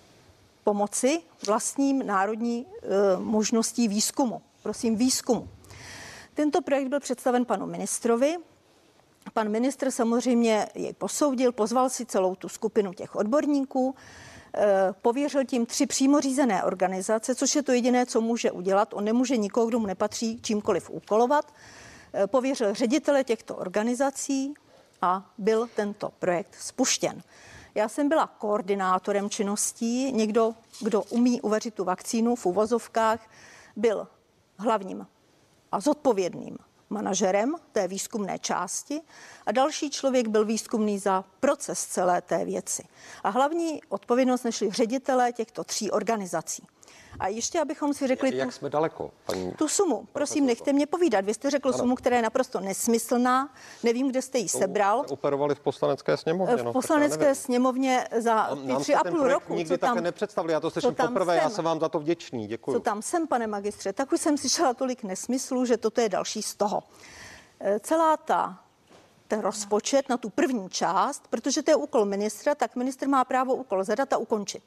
pomoci vlastním národní možností výzkumu. Prosím, výzkumu. Tento projekt byl představen panu ministrovi. Pan ministr samozřejmě jej posoudil, pozval si celou tu skupinu těch odborníků, pověřil tím 3 přímo řízené organizace, což je to jediné, co může udělat. On nemůže nikoho, kdo mu nepatří, čímkoliv úkolovat. Pověřil ředitele těchto organizací a byl tento projekt spuštěn. Já jsem byla koordinátorem činností, někdo, kdo umí uvařit tu vakcínu v uvozovkách, byl hlavním a zodpovědným manažerem té výzkumné části a další člověk byl výzkumný za proces celé té věci. A hlavní odpovědnost nešli ředitelé těchto 3 organizací. A ještě, abychom si řekli... Jak jsme daleko, paní... Tu sumu, prosím, nechte mě povídat. Vy jste řekl sumu, která je naprosto nesmyslná. Nevím, kde jste ji sebral. Operovali v Poslanecké sněmovně. V Poslanecké sněmovně za ty 3,5 roku. Nikdy také nepředstavili, já to slyším poprvé, já jsem vám za to vděčný, děkuji. Co tam jsem, pane magistře, tak už jsem slyšela tolik nesmyslů, že toto je další z toho. Celá ten rozpočet na tu první část, protože to je úkol ministra, tak ministr má právo úkol zadat a ukončit.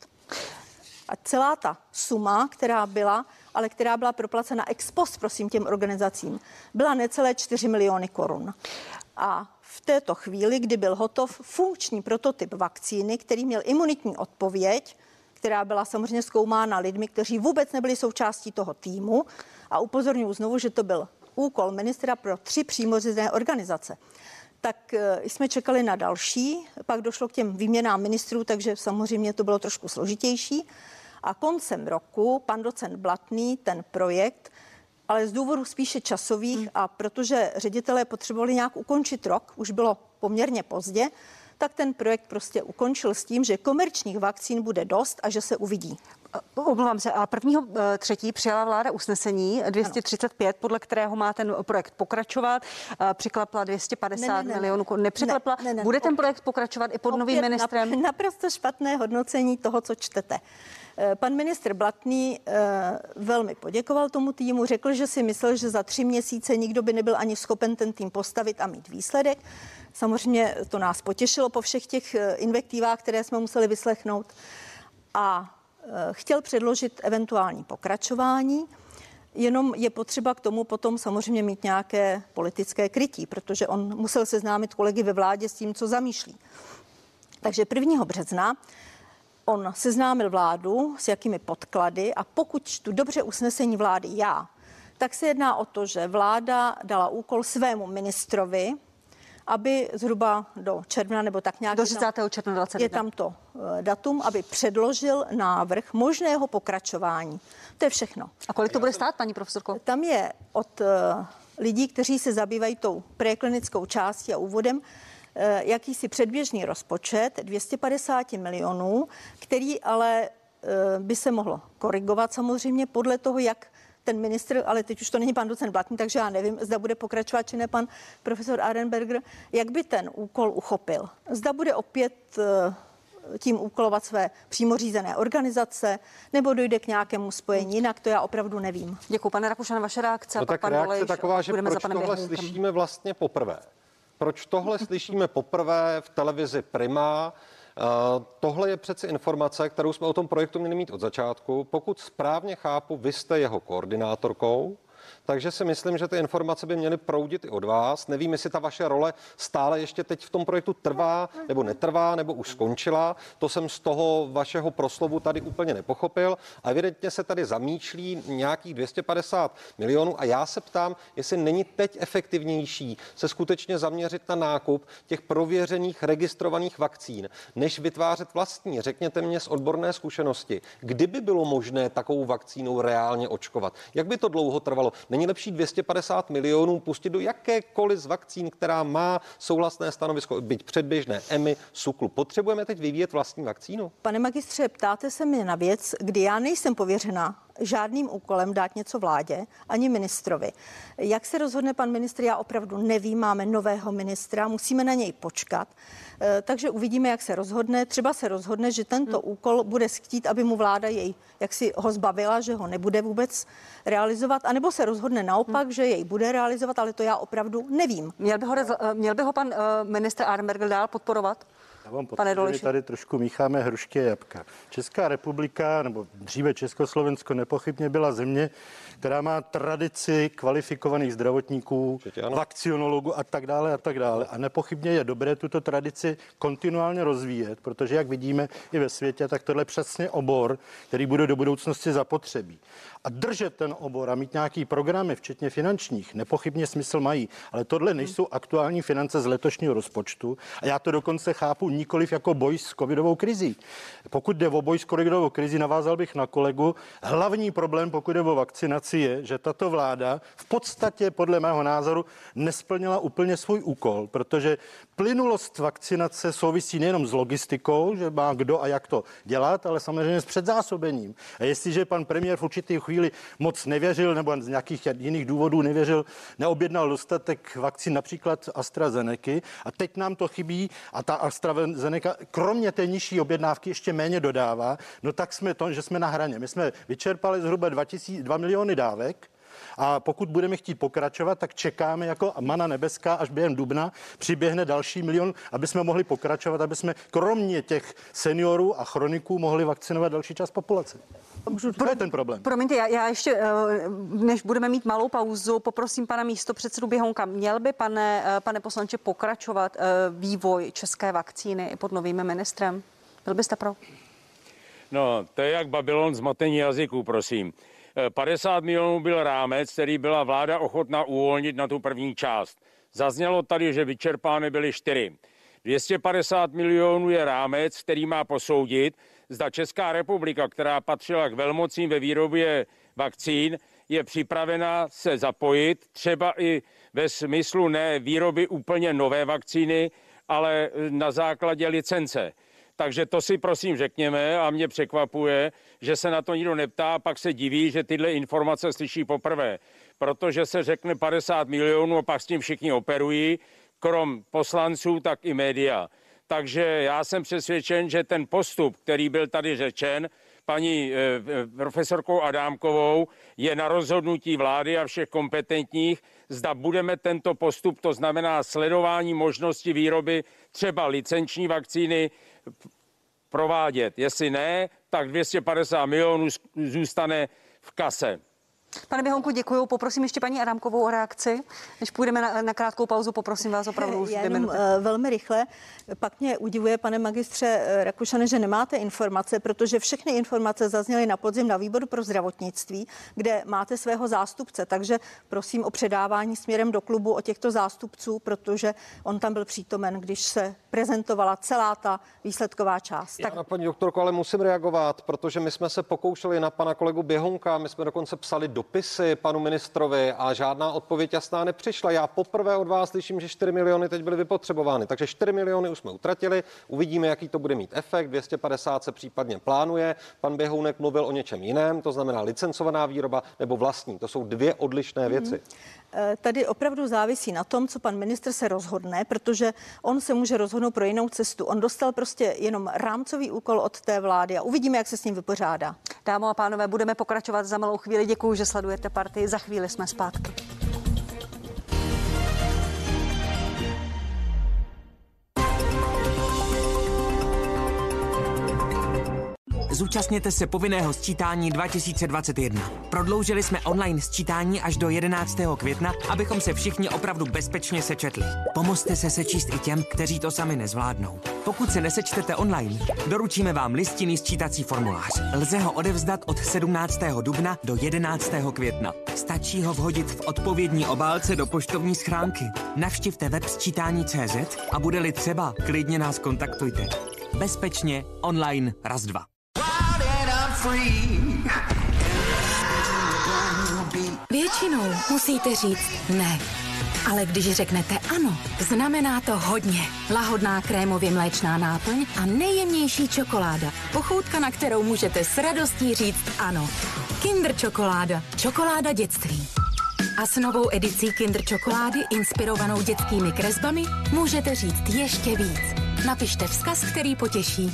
A celá ta suma, která byla proplacena ex post, prosím, těm organizacím, byla necelé 4 miliony korun. A v této chvíli, kdy byl hotov funkční prototyp vakcíny, který měl imunitní odpověď, která byla samozřejmě zkoumána lidmi, kteří vůbec nebyli součástí toho týmu, a upozorňuji znovu, že to byl úkol ministra pro 3 přímo řízené organizace. Tak jsme čekali na další, pak došlo k těm výměnám ministrů, takže samozřejmě to bylo trošku složitější. A koncem roku pan docent Blatný ten projekt, ale z důvodu spíše časových a protože ředitelé potřebovali nějak ukončit rok, už bylo poměrně pozdě, tak ten projekt prostě ukončil s tím, že komerčních vakcín bude dost a že se uvidí. Omlouvám se. A 1.3. přijala vláda usnesení 235, podle kterého má ten projekt pokračovat. Přiklapla 250 milionů korun. Nepřiklepla. Bude ten projekt pokračovat i pod novým ministrem? Naprosto špatné hodnocení toho, co čtete. Pan ministr Blatný velmi poděkoval tomu týmu, řekl, že si myslel, že za 3 měsíce nikdo by nebyl ani schopen ten tým postavit a mít výsledek. Samozřejmě to nás potěšilo po všech těch invektivách, které jsme museli vyslechnout. A chtěl předložit eventuální pokračování, jenom je potřeba k tomu potom samozřejmě mít nějaké politické krytí, protože on musel seznámit kolegy ve vládě s tím, co zamýšlí. Takže 1. března on seznámil vládu s jakými podklady a pokud čtu dobře usnesení vlády já, tak se jedná o to, že vláda dala úkol svému ministrovi, aby zhruba do června nebo tak nějak... Do 30. června 2021. Je tam to datum, aby předložil návrh možného pokračování. To je všechno. A kolik to bude stát, paní profesorko? Tam je od lidí, kteří se zabývají tou preklinickou částí a úvodem, jakýsi předběžný rozpočet 250 milionů, který ale by se mohlo korigovat samozřejmě podle toho, jak ten ministr, ale teď už to není pan docent Blatný, takže já nevím, zda bude pokračovat, či ne pan profesor Arenberger, jak by ten úkol uchopil. Zda bude opět tím úkolovat své přímo řízené organizace, nebo dojde k nějakému spojení, jinak to já opravdu nevím. Děkuji, pane Rakušan, vaše reakce. No tak reakce je taková, že proč tohle slyšíme vlastně poprvé? Proč tohle slyšíme poprvé v televizi Prima? Tohle je přeci informace, kterou jsme o tom projektu měli mít od začátku. Pokud správně chápu, vy jste jeho koordinátorkou takže si myslím, že ty informace by měly proudit i od vás. Nevím, jestli ta vaše role stále ještě teď v tom projektu trvá, nebo netrvá, nebo už skončila. To jsem z toho vašeho proslovu tady úplně nepochopil. A evidentně se tady zamýšlí nějakých 250 milionů a já se ptám, jestli není teď efektivnější se skutečně zaměřit na nákup těch prověřených, registrovaných vakcín, než vytvářet vlastní. Řekněte mě z odborné zkušenosti, kdyby bylo možné takovou vakcínou reálně očkovat. Jak by to dlouho trvalo? Není lepší 250 milionů pustit do jakékoliv z vakcín, která má souhlasné stanovisko, byť předběžné, EMA, SÚKLu. Potřebujeme teď vyvíjet vlastní vakcínu? Pane magistře, ptáte se mě na věc, kdy já nejsem pověřena žádným úkolem dát něco vládě, ani ministrovi. Jak se rozhodne pan ministr, já opravdu nevím, máme nového ministra, musíme na něj počkat, takže uvidíme, jak se rozhodne. Třeba se rozhodne, že tento úkol bude chtít, aby mu vláda jej jaksi ho zbavila, že ho nebude vůbec realizovat, anebo se rozhodne naopak, že jej bude realizovat, ale to já opravdu nevím. Měl by ho pan ministr Arenberger dál podporovat? Já vám pocit, že tady trošku mícháme hrušky a jablka. Česká republika, nebo dříve Československo, nepochybně byla země, která má tradici kvalifikovaných zdravotníků, vakcionologů a tak dále a tak dále. A nepochybně je dobré tuto tradici kontinuálně rozvíjet, protože jak vidíme i ve světě, tak tohle je přesně obor, který bude do budoucnosti zapotřebí. A držet ten obor a mít nějaký programy, včetně finančních, nepochybně smysl mají, ale tohle nejsou aktuální finance z letošního rozpočtu a já to dokonce chápu nikoliv jako boj s covidovou krizí. Pokud jde o boj s covidovou krizí, navázal bych na kolegu, hlavní problém, pokud jde o vakcinaci, je, že tato vláda v podstatě podle mého názoru nesplnila úplně svůj úkol, protože plynulost vakcinace souvisí nejenom s logistikou, že má kdo a jak to dělat, ale samozřejmě s předzásobením. A jestliže pan premiér v určitý chvíli moc nevěřil nebo z nějakých jiných důvodů nevěřil, neobjednal dostatek vakcín, například AstraZeneca, a teď nám to chybí a ta AstraZeneca kromě té nižší objednávky ještě méně dodává, no tak že jsme na hraně. My jsme vyčerpali zhruba 2 miliony dávek. A pokud budeme chtít pokračovat, tak čekáme jako mana nebeská, až během dubna přiběhne další milion, aby jsme mohli pokračovat, aby jsme kromě těch seniorů a chroniků mohli vakcinovat další část populace. To je ten problém. Promiňte, já ještě, než budeme mít malou pauzu, poprosím pana místopředsedu Běhounka. Měl by, pane poslanče, pokračovat vývoj české vakcíny pod novým ministrem? Byl byste pro? No, to je jak Babylon zmatení jazyků, prosím. 50 milionů byl rámec, který byla vláda ochotná uvolnit na tu první část. Zaznělo tady, že vyčerpány byly 4. 250 milionů je rámec, který má posoudit, zda Česká republika, která patřila k velmocím ve výrobě vakcín, je připravena se zapojit, třeba i ve smyslu ne výroby úplně nové vakcíny, ale na základě licence. Takže to si prosím řekněme a mě překvapuje, že se na to nikdo neptá, pak se diví, že tyhle informace slyší poprvé. Protože se řekne 50 milionů a pak s tím všichni operují, krom poslanců, tak i média. Takže já jsem přesvědčen, že ten postup, který byl tady řečen paní profesorkou Adámkovou, je na rozhodnutí vlády a všech kompetentních, zda budeme tento postup, to znamená sledování možnosti výroby třeba licenční vakcíny, provádět. Jestli ne, tak 250 milionů zůstane v kase. Pane Běhounku, děkuji. Poprosím ještě paní Adámkovou o reakci. Než půjdeme na krátkou pauzu, poprosím vás opravdu už 2 minuty. Velmi rychle. Pak mě udivuje, pane magistře Rakušane, že nemáte informace, protože všechny informace zazněly na podzim na výboru pro zdravotnictví, kde máte svého zástupce. Takže prosím o předávání směrem do klubu o těchto zástupců, protože on tam byl přítomen, když se prezentovala celá ta výsledková část. Já na paní doktorko ale musím reagovat, protože my jsme se pokoušeli na pana kolegu Běhounka, my jsme dokonce psali dopisy panu ministrovi a žádná odpověď jasná nepřišla. Já poprvé od vás slyším, že 4 miliony teď byly vypotřebovány, takže 4 miliony už jsme utratili. Uvidíme, jaký to bude mít efekt. 250 se případně plánuje. Pan Běhounek mluvil o něčem jiném, to znamená licencovaná výroba nebo vlastní. To jsou 2 odlišné věci. Tady opravdu závisí na tom, co pan ministr se rozhodne, protože on se může rozhodnout pro jinou cestu. On dostal prostě jenom rámcový úkol od té vlády a uvidíme, jak se s ním vypořádá. Dámy a pánové, budeme pokračovat za malou chvíli. Děkuji, že sledujete Partii. Za chvíli jsme zpátky. Zúčastněte se povinného sčítání 2021. Prodloužili jsme online sčítání až do 11. května, abychom se všichni opravdu bezpečně sečetli. Pomozte se sečíst i těm, kteří to sami nezvládnou. Pokud se nesečtete online, doručíme vám listinný sčítací formulář. Lze ho odevzdat od 17. dubna do 11. května. Stačí ho vhodit v odpovědní obálce do poštovní schránky. Navštivte web sčítání.cz a bude-li třeba, klidně nás kontaktujte. Bezpečně, online, raz, dva. Většinou musíte říct ne. Ale když řeknete ano, znamená to hodně. Lahodná krémově mléčná náplň a nejjemnější čokoláda. Pochoutka, na kterou můžete s radostí říct ano. Kinder čokoláda. Čokoláda dětství. A s novou edicí Kinder čokolády inspirovanou dětskými kresbami můžete říct ještě víc. Napište vzkaz, který potěší.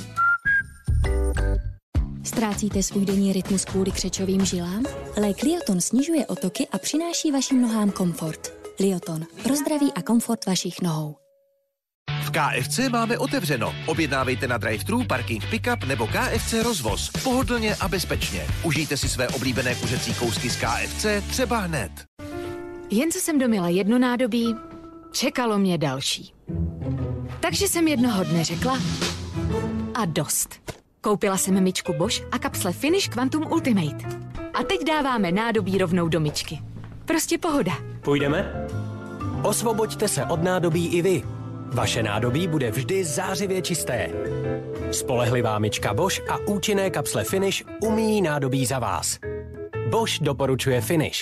Ztrácíte svůj denní rytmus kvůli křečovým žilám? Lék Lioton snižuje otoky a přináší vašim nohám komfort. Lioton pro zdraví a komfort vašich nohou. V KFC máme otevřeno. Objednávejte na drive-thru, parking pick-up nebo KFC rozvoz. Pohodlně a bezpečně. Užijte si své oblíbené kuřecí kousky z KFC třeba hned. Jen co jsem domila jedno nádobí, čekalo mě další. Takže jsem jednoho dne řekla a dost. Koupila jsem myčku Bosch a kapsle Finish Quantum Ultimate. A teď dáváme nádobí rovnou do myčky. Prostě pohoda. Půjdeme? Osvoboďte se od nádobí i vy. Vaše nádobí bude vždy zářivě čisté. Spolehlivá myčka Bosch a účinné kapsle Finish umíjí nádobí za vás. Bosch doporučuje Finish.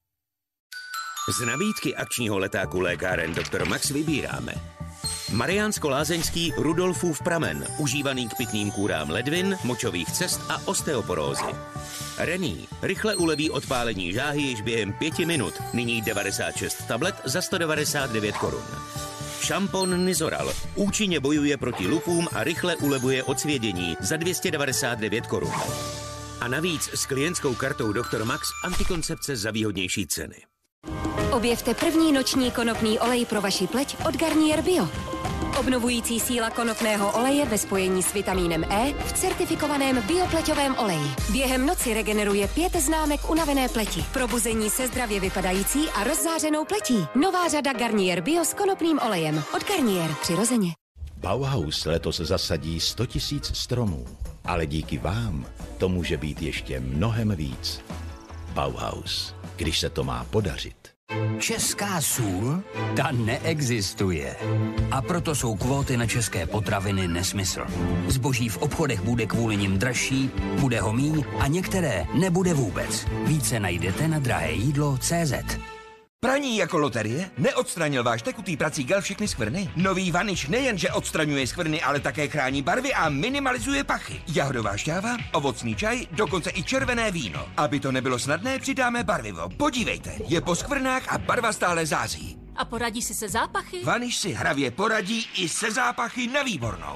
Z nabídky akčního letáku lékáren Dr. Max vybíráme Mariánsko-lázeňský Rudolfův pramen, užívaný k pitným kůrám ledvin, močových cest a osteoporózy. Rení rychle uleví odpálení žáhy již během 5 minut, nyní 96 tablet za 199 korun. Šampon Nizoral účinně bojuje proti lupům a rychle ulevuje od svědění za 299 korun. A navíc s klientskou kartou Dr. Max antikoncepce za výhodnější ceny. Objevte první noční konopný olej pro vaši pleť od Garnier Bio. Obnovující síla konopného oleje ve spojení s vitamínem E v certifikovaném biopleťovém oleji. Během noci regeneruje 5 známek unavené pleti. Probuzení se zdravě vypadající a rozzářenou pletí. Nová řada Garnier Bio s konopným olejem. Od Garnier přirozeně. Bauhaus letos zasadí 100 000 stromů. Ale díky vám to může být ještě mnohem víc. Bauhaus. Když se to má podařit. Česká sůl? Ta neexistuje. A proto jsou kvóty na české potraviny nesmysl. Zboží v obchodech bude kvůli nim dražší, bude ho míň a některé nebude vůbec. Více najdete na drahéjídlo.cz. Praní jako loterie? Neodstranil váš tekutý prací gel všechny skvrny? Nový Vanish nejenže odstraňuje skvrny, ale také chrání barvy a minimalizuje pachy. Jahodová šťáva, ovocný čaj, dokonce i červené víno. Aby to nebylo snadné, přidáme barvivo. Podívejte, je po skvrnách a barva stále září. A poradí si se zápachy? Vanish si hravě poradí i se zápachy na výbornou.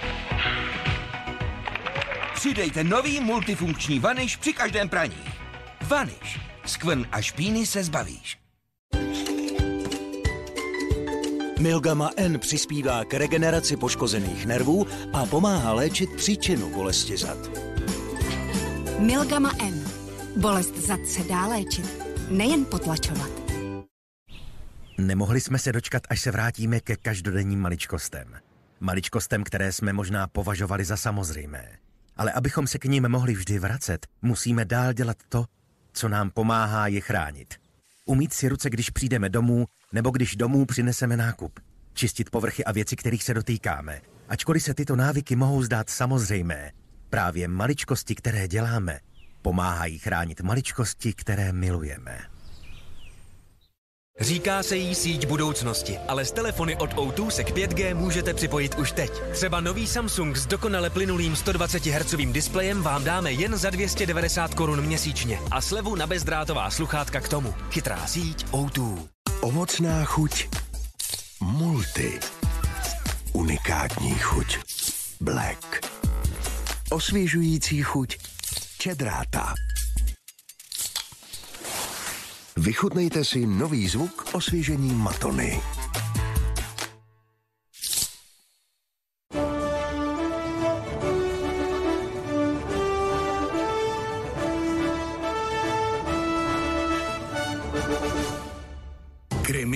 Přidejte nový multifunkční Vanish při každém praní. Vanish. Skvrn a špíny se zbavíš. Milgama N přispívá k regeneraci poškozených nervů a pomáhá léčit příčinu bolesti zad. Milgama N. Bolest zad se dá léčit, nejen potlačovat. Nemohli jsme se dočkat, až se vrátíme ke každodenním maličkostem. Maličkostem, které jsme možná považovali za samozřejmé. Ale abychom se k nim mohli vždy vracet, musíme dál dělat to, co nám pomáhá je chránit. Umýt si ruce, když přijdeme domů, nebo když domů přineseme nákup. Čistit povrchy a věci, kterých se dotýkáme. Ačkoliv se tyto návyky mohou zdát samozřejmé, právě maličkosti, které děláme, pomáhají chránit maličkosti, které milujeme. Říká se jí síť budoucnosti, ale s telefony od O2 se k 5G můžete připojit už teď. Třeba nový Samsung s dokonale plynulým 120 Hz displejem vám dáme jen za 290 korun měsíčně a slevu na bezdrátová sluchátka k tomu. Chytrá síť O2. Ovocná chuť Multi. Unikátní chuť Black. Osvěžující chuť Čedráta. Vychutnejte si nový zvuk osvěžení Matony.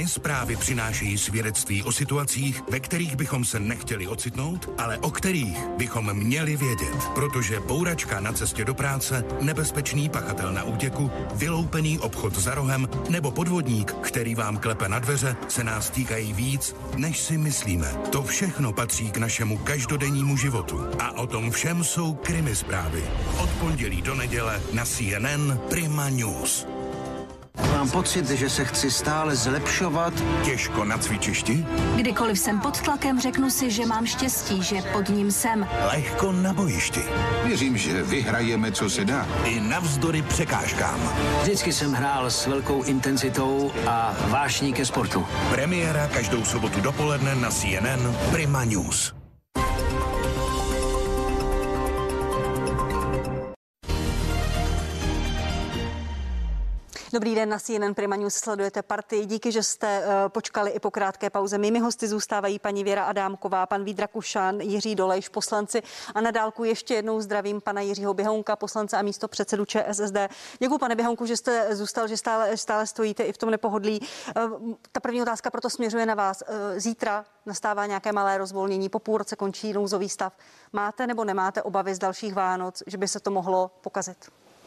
Zprávy přinášejí svědectví o situacích, ve kterých bychom se nechtěli ocitnout, ale o kterých bychom měli vědět. Protože bouračka na cestě do práce, nebezpečný pachatel na útěku, vyloupený obchod za rohem nebo podvodník, který vám klepe na dveře, se nás týkají víc, než si myslíme. To všechno patří k našemu každodennímu životu. A o tom všem jsou Krimi zprávy. Od pondělí do neděle na CNN Prima News. Mám pocit, že se chci stále zlepšovat. Těžko na cvičišti? Kdykoliv jsem pod tlakem, řeknu si, že mám štěstí, že pod ním jsem. Lehko na bojišti. Věřím, že vyhrajeme, co se dá. I navzdory překážkám. Vždycky jsem hrál s velkou intenzitou a vášní ke sportu. Premiéra každou sobotu dopoledne na CNN Prima News. Dobrý den, na CNN Prima News sledujete Partii. Díky, že jste počkali i po krátké pauze. Mými hosty zůstávají paní Věra Adámková, pan Vít Rakušan, Jiří Dolejš, poslanci, a na dálku ještě jednou zdravím pana Jiřího Běhounka, poslance a místopředsedu ČSSD. Děkuji, pane Běhounku, že jste zůstal, že stále stojíte i v tom nepohodlí. Ta první otázka proto směřuje na vás. Zítra nastává nějaké malé rozvolnění, po půl roce končí nouzový stav. Máte nebo nemáte obavy z dalších Vánoc, že by se to mohlo pokazit?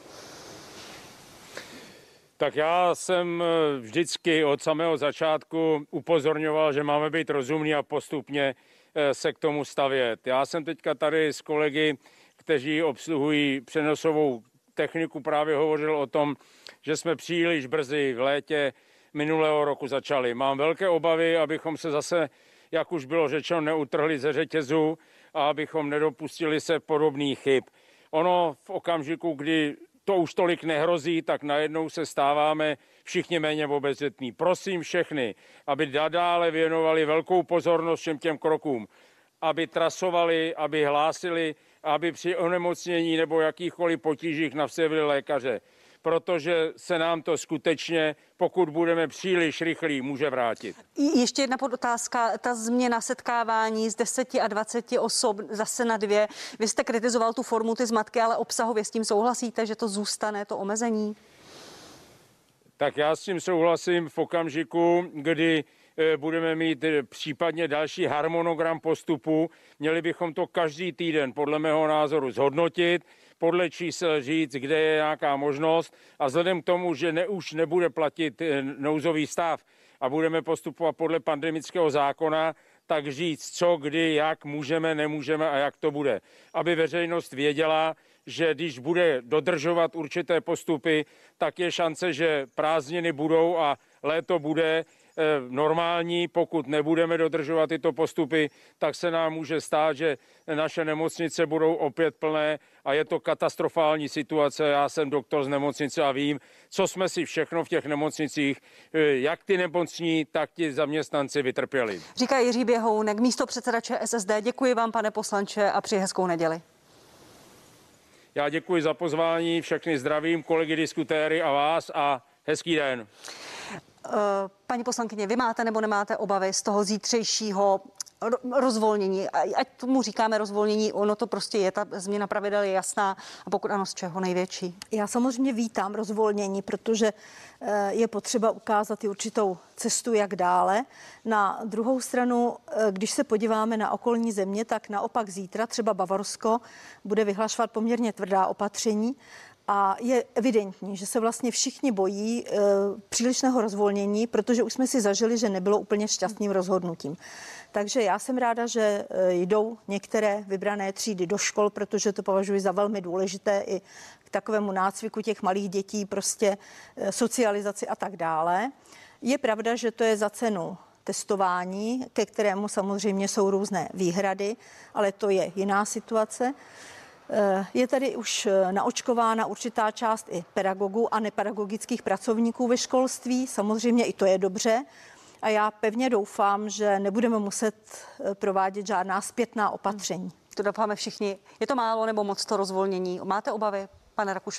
Tak já jsem vždycky od samého začátku upozorňoval, že máme být rozumní a postupně se k tomu stavět. Já jsem teďka tady s kolegy, kteří obsluhují přenosovou techniku, právě hovořil o tom, že jsme příliš brzy v létě minulého roku začali. Mám velké obavy, abychom se zase, jak už bylo řečeno, neutrhli ze řetězu a abychom nedopustili se podobných chyb. Ono v okamžiku, kdy to už tolik nehrozí, tak najednou se stáváme všichni méně obezřetní. Prosím všechny, aby nadále věnovali velkou pozornost všem těm krokům, aby trasovali, aby hlásili, aby při onemocnění nebo jakýchkoliv potížích navštívili lékaře. Protože se nám to skutečně, pokud budeme příliš rychlí, může vrátit. Ještě jedna podotázka, ta změna setkávání z 10 a 20 osob zase na 2. Vy jste kritizoval tu formu, ty zmatky, ale obsahově s tím souhlasíte, že to zůstane, to omezení? Tak já s tím souhlasím v okamžiku, kdy budeme mít případně další harmonogram postupu. Měli bychom to každý týden, podle mého názoru, zhodnotit, podle čísel říct, kde je nějaká možnost, a vzhledem k tomu, že už nebude platit nouzový stav a budeme postupovat podle pandemického zákona, tak říct, co, kdy, jak můžeme, nemůžeme a jak to bude. Aby veřejnost věděla, že když bude dodržovat určité postupy, tak je šance, že prázdniny budou a léto bude normální. Pokud nebudeme dodržovat tyto postupy, tak se nám může stát, že naše nemocnice budou opět plné a je to katastrofální situace. Já jsem doktor z nemocnice a vím, co jsme si všechno v těch nemocnicích, jak ty nemocní, tak ti zaměstnanci vytrpěli. Říká Jiří Běhounek, místopředseda ČSSD. Děkuji vám, pane poslanče, a přeji hezkou neděli. Já děkuji za pozvání, všechny zdravím, kolegy diskutéry a vás a hezký den. Paní poslankyně, vy máte nebo nemáte obavy z toho zítřejšího rozvolnění? Ať tomu říkáme rozvolnění, ono to prostě je, ta změna pravidel je jasná, a pokud ano, z čeho největší? Já samozřejmě vítám rozvolnění, protože je potřeba ukázat i určitou cestu, jak dále. Na druhou stranu, když se podíváme na okolní země, tak naopak zítra třeba Bavorsko bude vyhlašovat poměrně tvrdá opatření. A je evidentní, že se vlastně všichni bojí přílišného rozvolnění, protože už jsme si zažili, že nebylo úplně šťastným rozhodnutím. Takže já jsem ráda, že jdou některé vybrané třídy do škol, protože to považuji za velmi důležité i k takovému nácviku těch malých dětí, prostě socializaci a tak dále. Je pravda, že to je za cenu testování, ke kterému samozřejmě jsou různé výhrady, ale to je jiná situace. Je tady už naočkována určitá část i pedagogů a nepedagogických pracovníků ve školství. Samozřejmě i to je dobře. A já pevně doufám, že nebudeme muset provádět žádná zpětná opatření. To doufáme všichni. Je to málo nebo moc to rozvolnění? Máte obavy, pane Rakušane?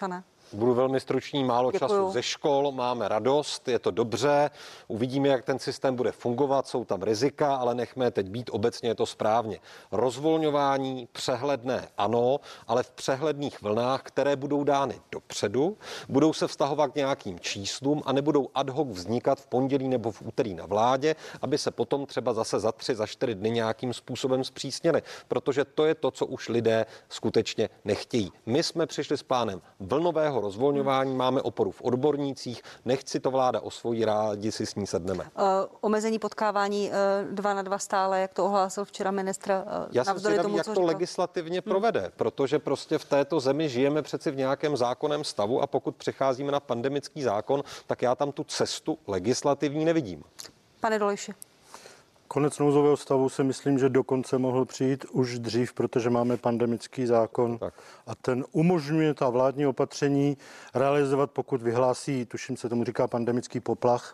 Budu velmi stručný, málo Děkuju. času. Ze škol máme radost, je to dobře, uvidíme, jak ten systém bude fungovat, jsou tam rizika, ale nechme je teď být, obecně je to správně. Rozvolňování přehledné ano, ale v přehledných vlnách, které budou dány dopředu, budou se vztahovat k nějakým číslům a nebudou ad hoc vznikat v pondělí nebo v úterý na vládě, aby se potom třeba zase za 3, za 4 dny nějakým způsobem zpřísnily, protože to je to, co už lidé skutečně nechtějí. My jsme přišli s plánem vlnového rozvolňování, máme oporu v odbornících, nechci to vláda osvojí, rádi si s ní sedneme. Omezení potkávání 2 na 2 stále, jak to ohlásil včera ministr. Já jsem zvědavý, jak to legislativně provede, protože prostě v této zemi žijeme přeci v nějakém zákonném stavu a pokud přecházíme na pandemický zákon, tak já tam tu cestu legislativní nevidím. Pane Dolejši. Konec nouzového stavu si myslím, že dokonce mohl přijít už dřív, protože máme pandemický zákon a ten umožňuje ta vládní opatření realizovat, pokud vyhlásí, tuším se tomu říká pandemický poplach.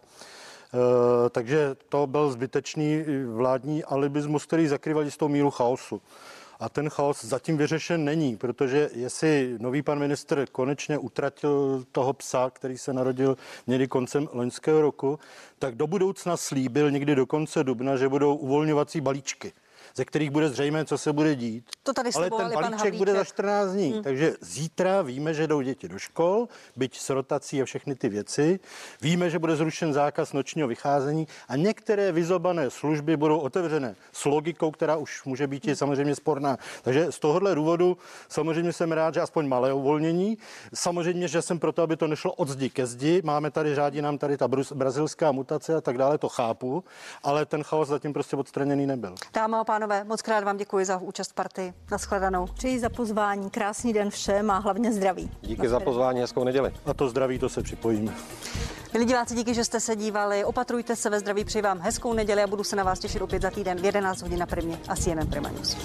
Takže to byl zbytečný vládní alibismus, který zakrýval jistou míru chaosu. A ten chaos zatím vyřešen není, protože jestli nový pan ministr konečně utratil toho psa, který se narodil někdy koncem loňského roku, tak do budoucna slíbil někdy do konce dubna, že budou uvolňovací balíčky, ze kterých bude zřejmé, co se bude dít. To tady ale ten balíček bude za 14 dní, takže zítra víme, že jdou děti do škol, byť s rotací a všechny ty věci. Víme, že bude zrušen zákaz nočního vycházení a některé vyzobané služby budou otevřené s logikou, která už může být samozřejmě sporná. Takže z tohohle důvodu samozřejmě jsem rád, že aspoň malé uvolnění. Samozřejmě, že jsem proto, aby to nešlo od zdi ke zdi. Máme tady, řádí nám tady ta brazilská mutace a tak dále, to chápu, ale ten chaos zatím prostě odstraněný nebyl. Dámy a pánové, moc krát vám děkuji za účast v partii. Nashledanou. Přeji za pozvání, krásný den všem a hlavně zdraví. Díky za pozvání, hezkou neděli. A to zdraví, to se připojíme. Milí diváci, díky, že jste se dívali. Opatrujte se ve zdraví, přeji vám hezkou neděli a budu se na vás těšit opět za týden v 11 hodin na Primě a CNN Prima News.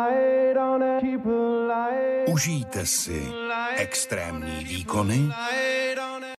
Užijte si extrémní výkony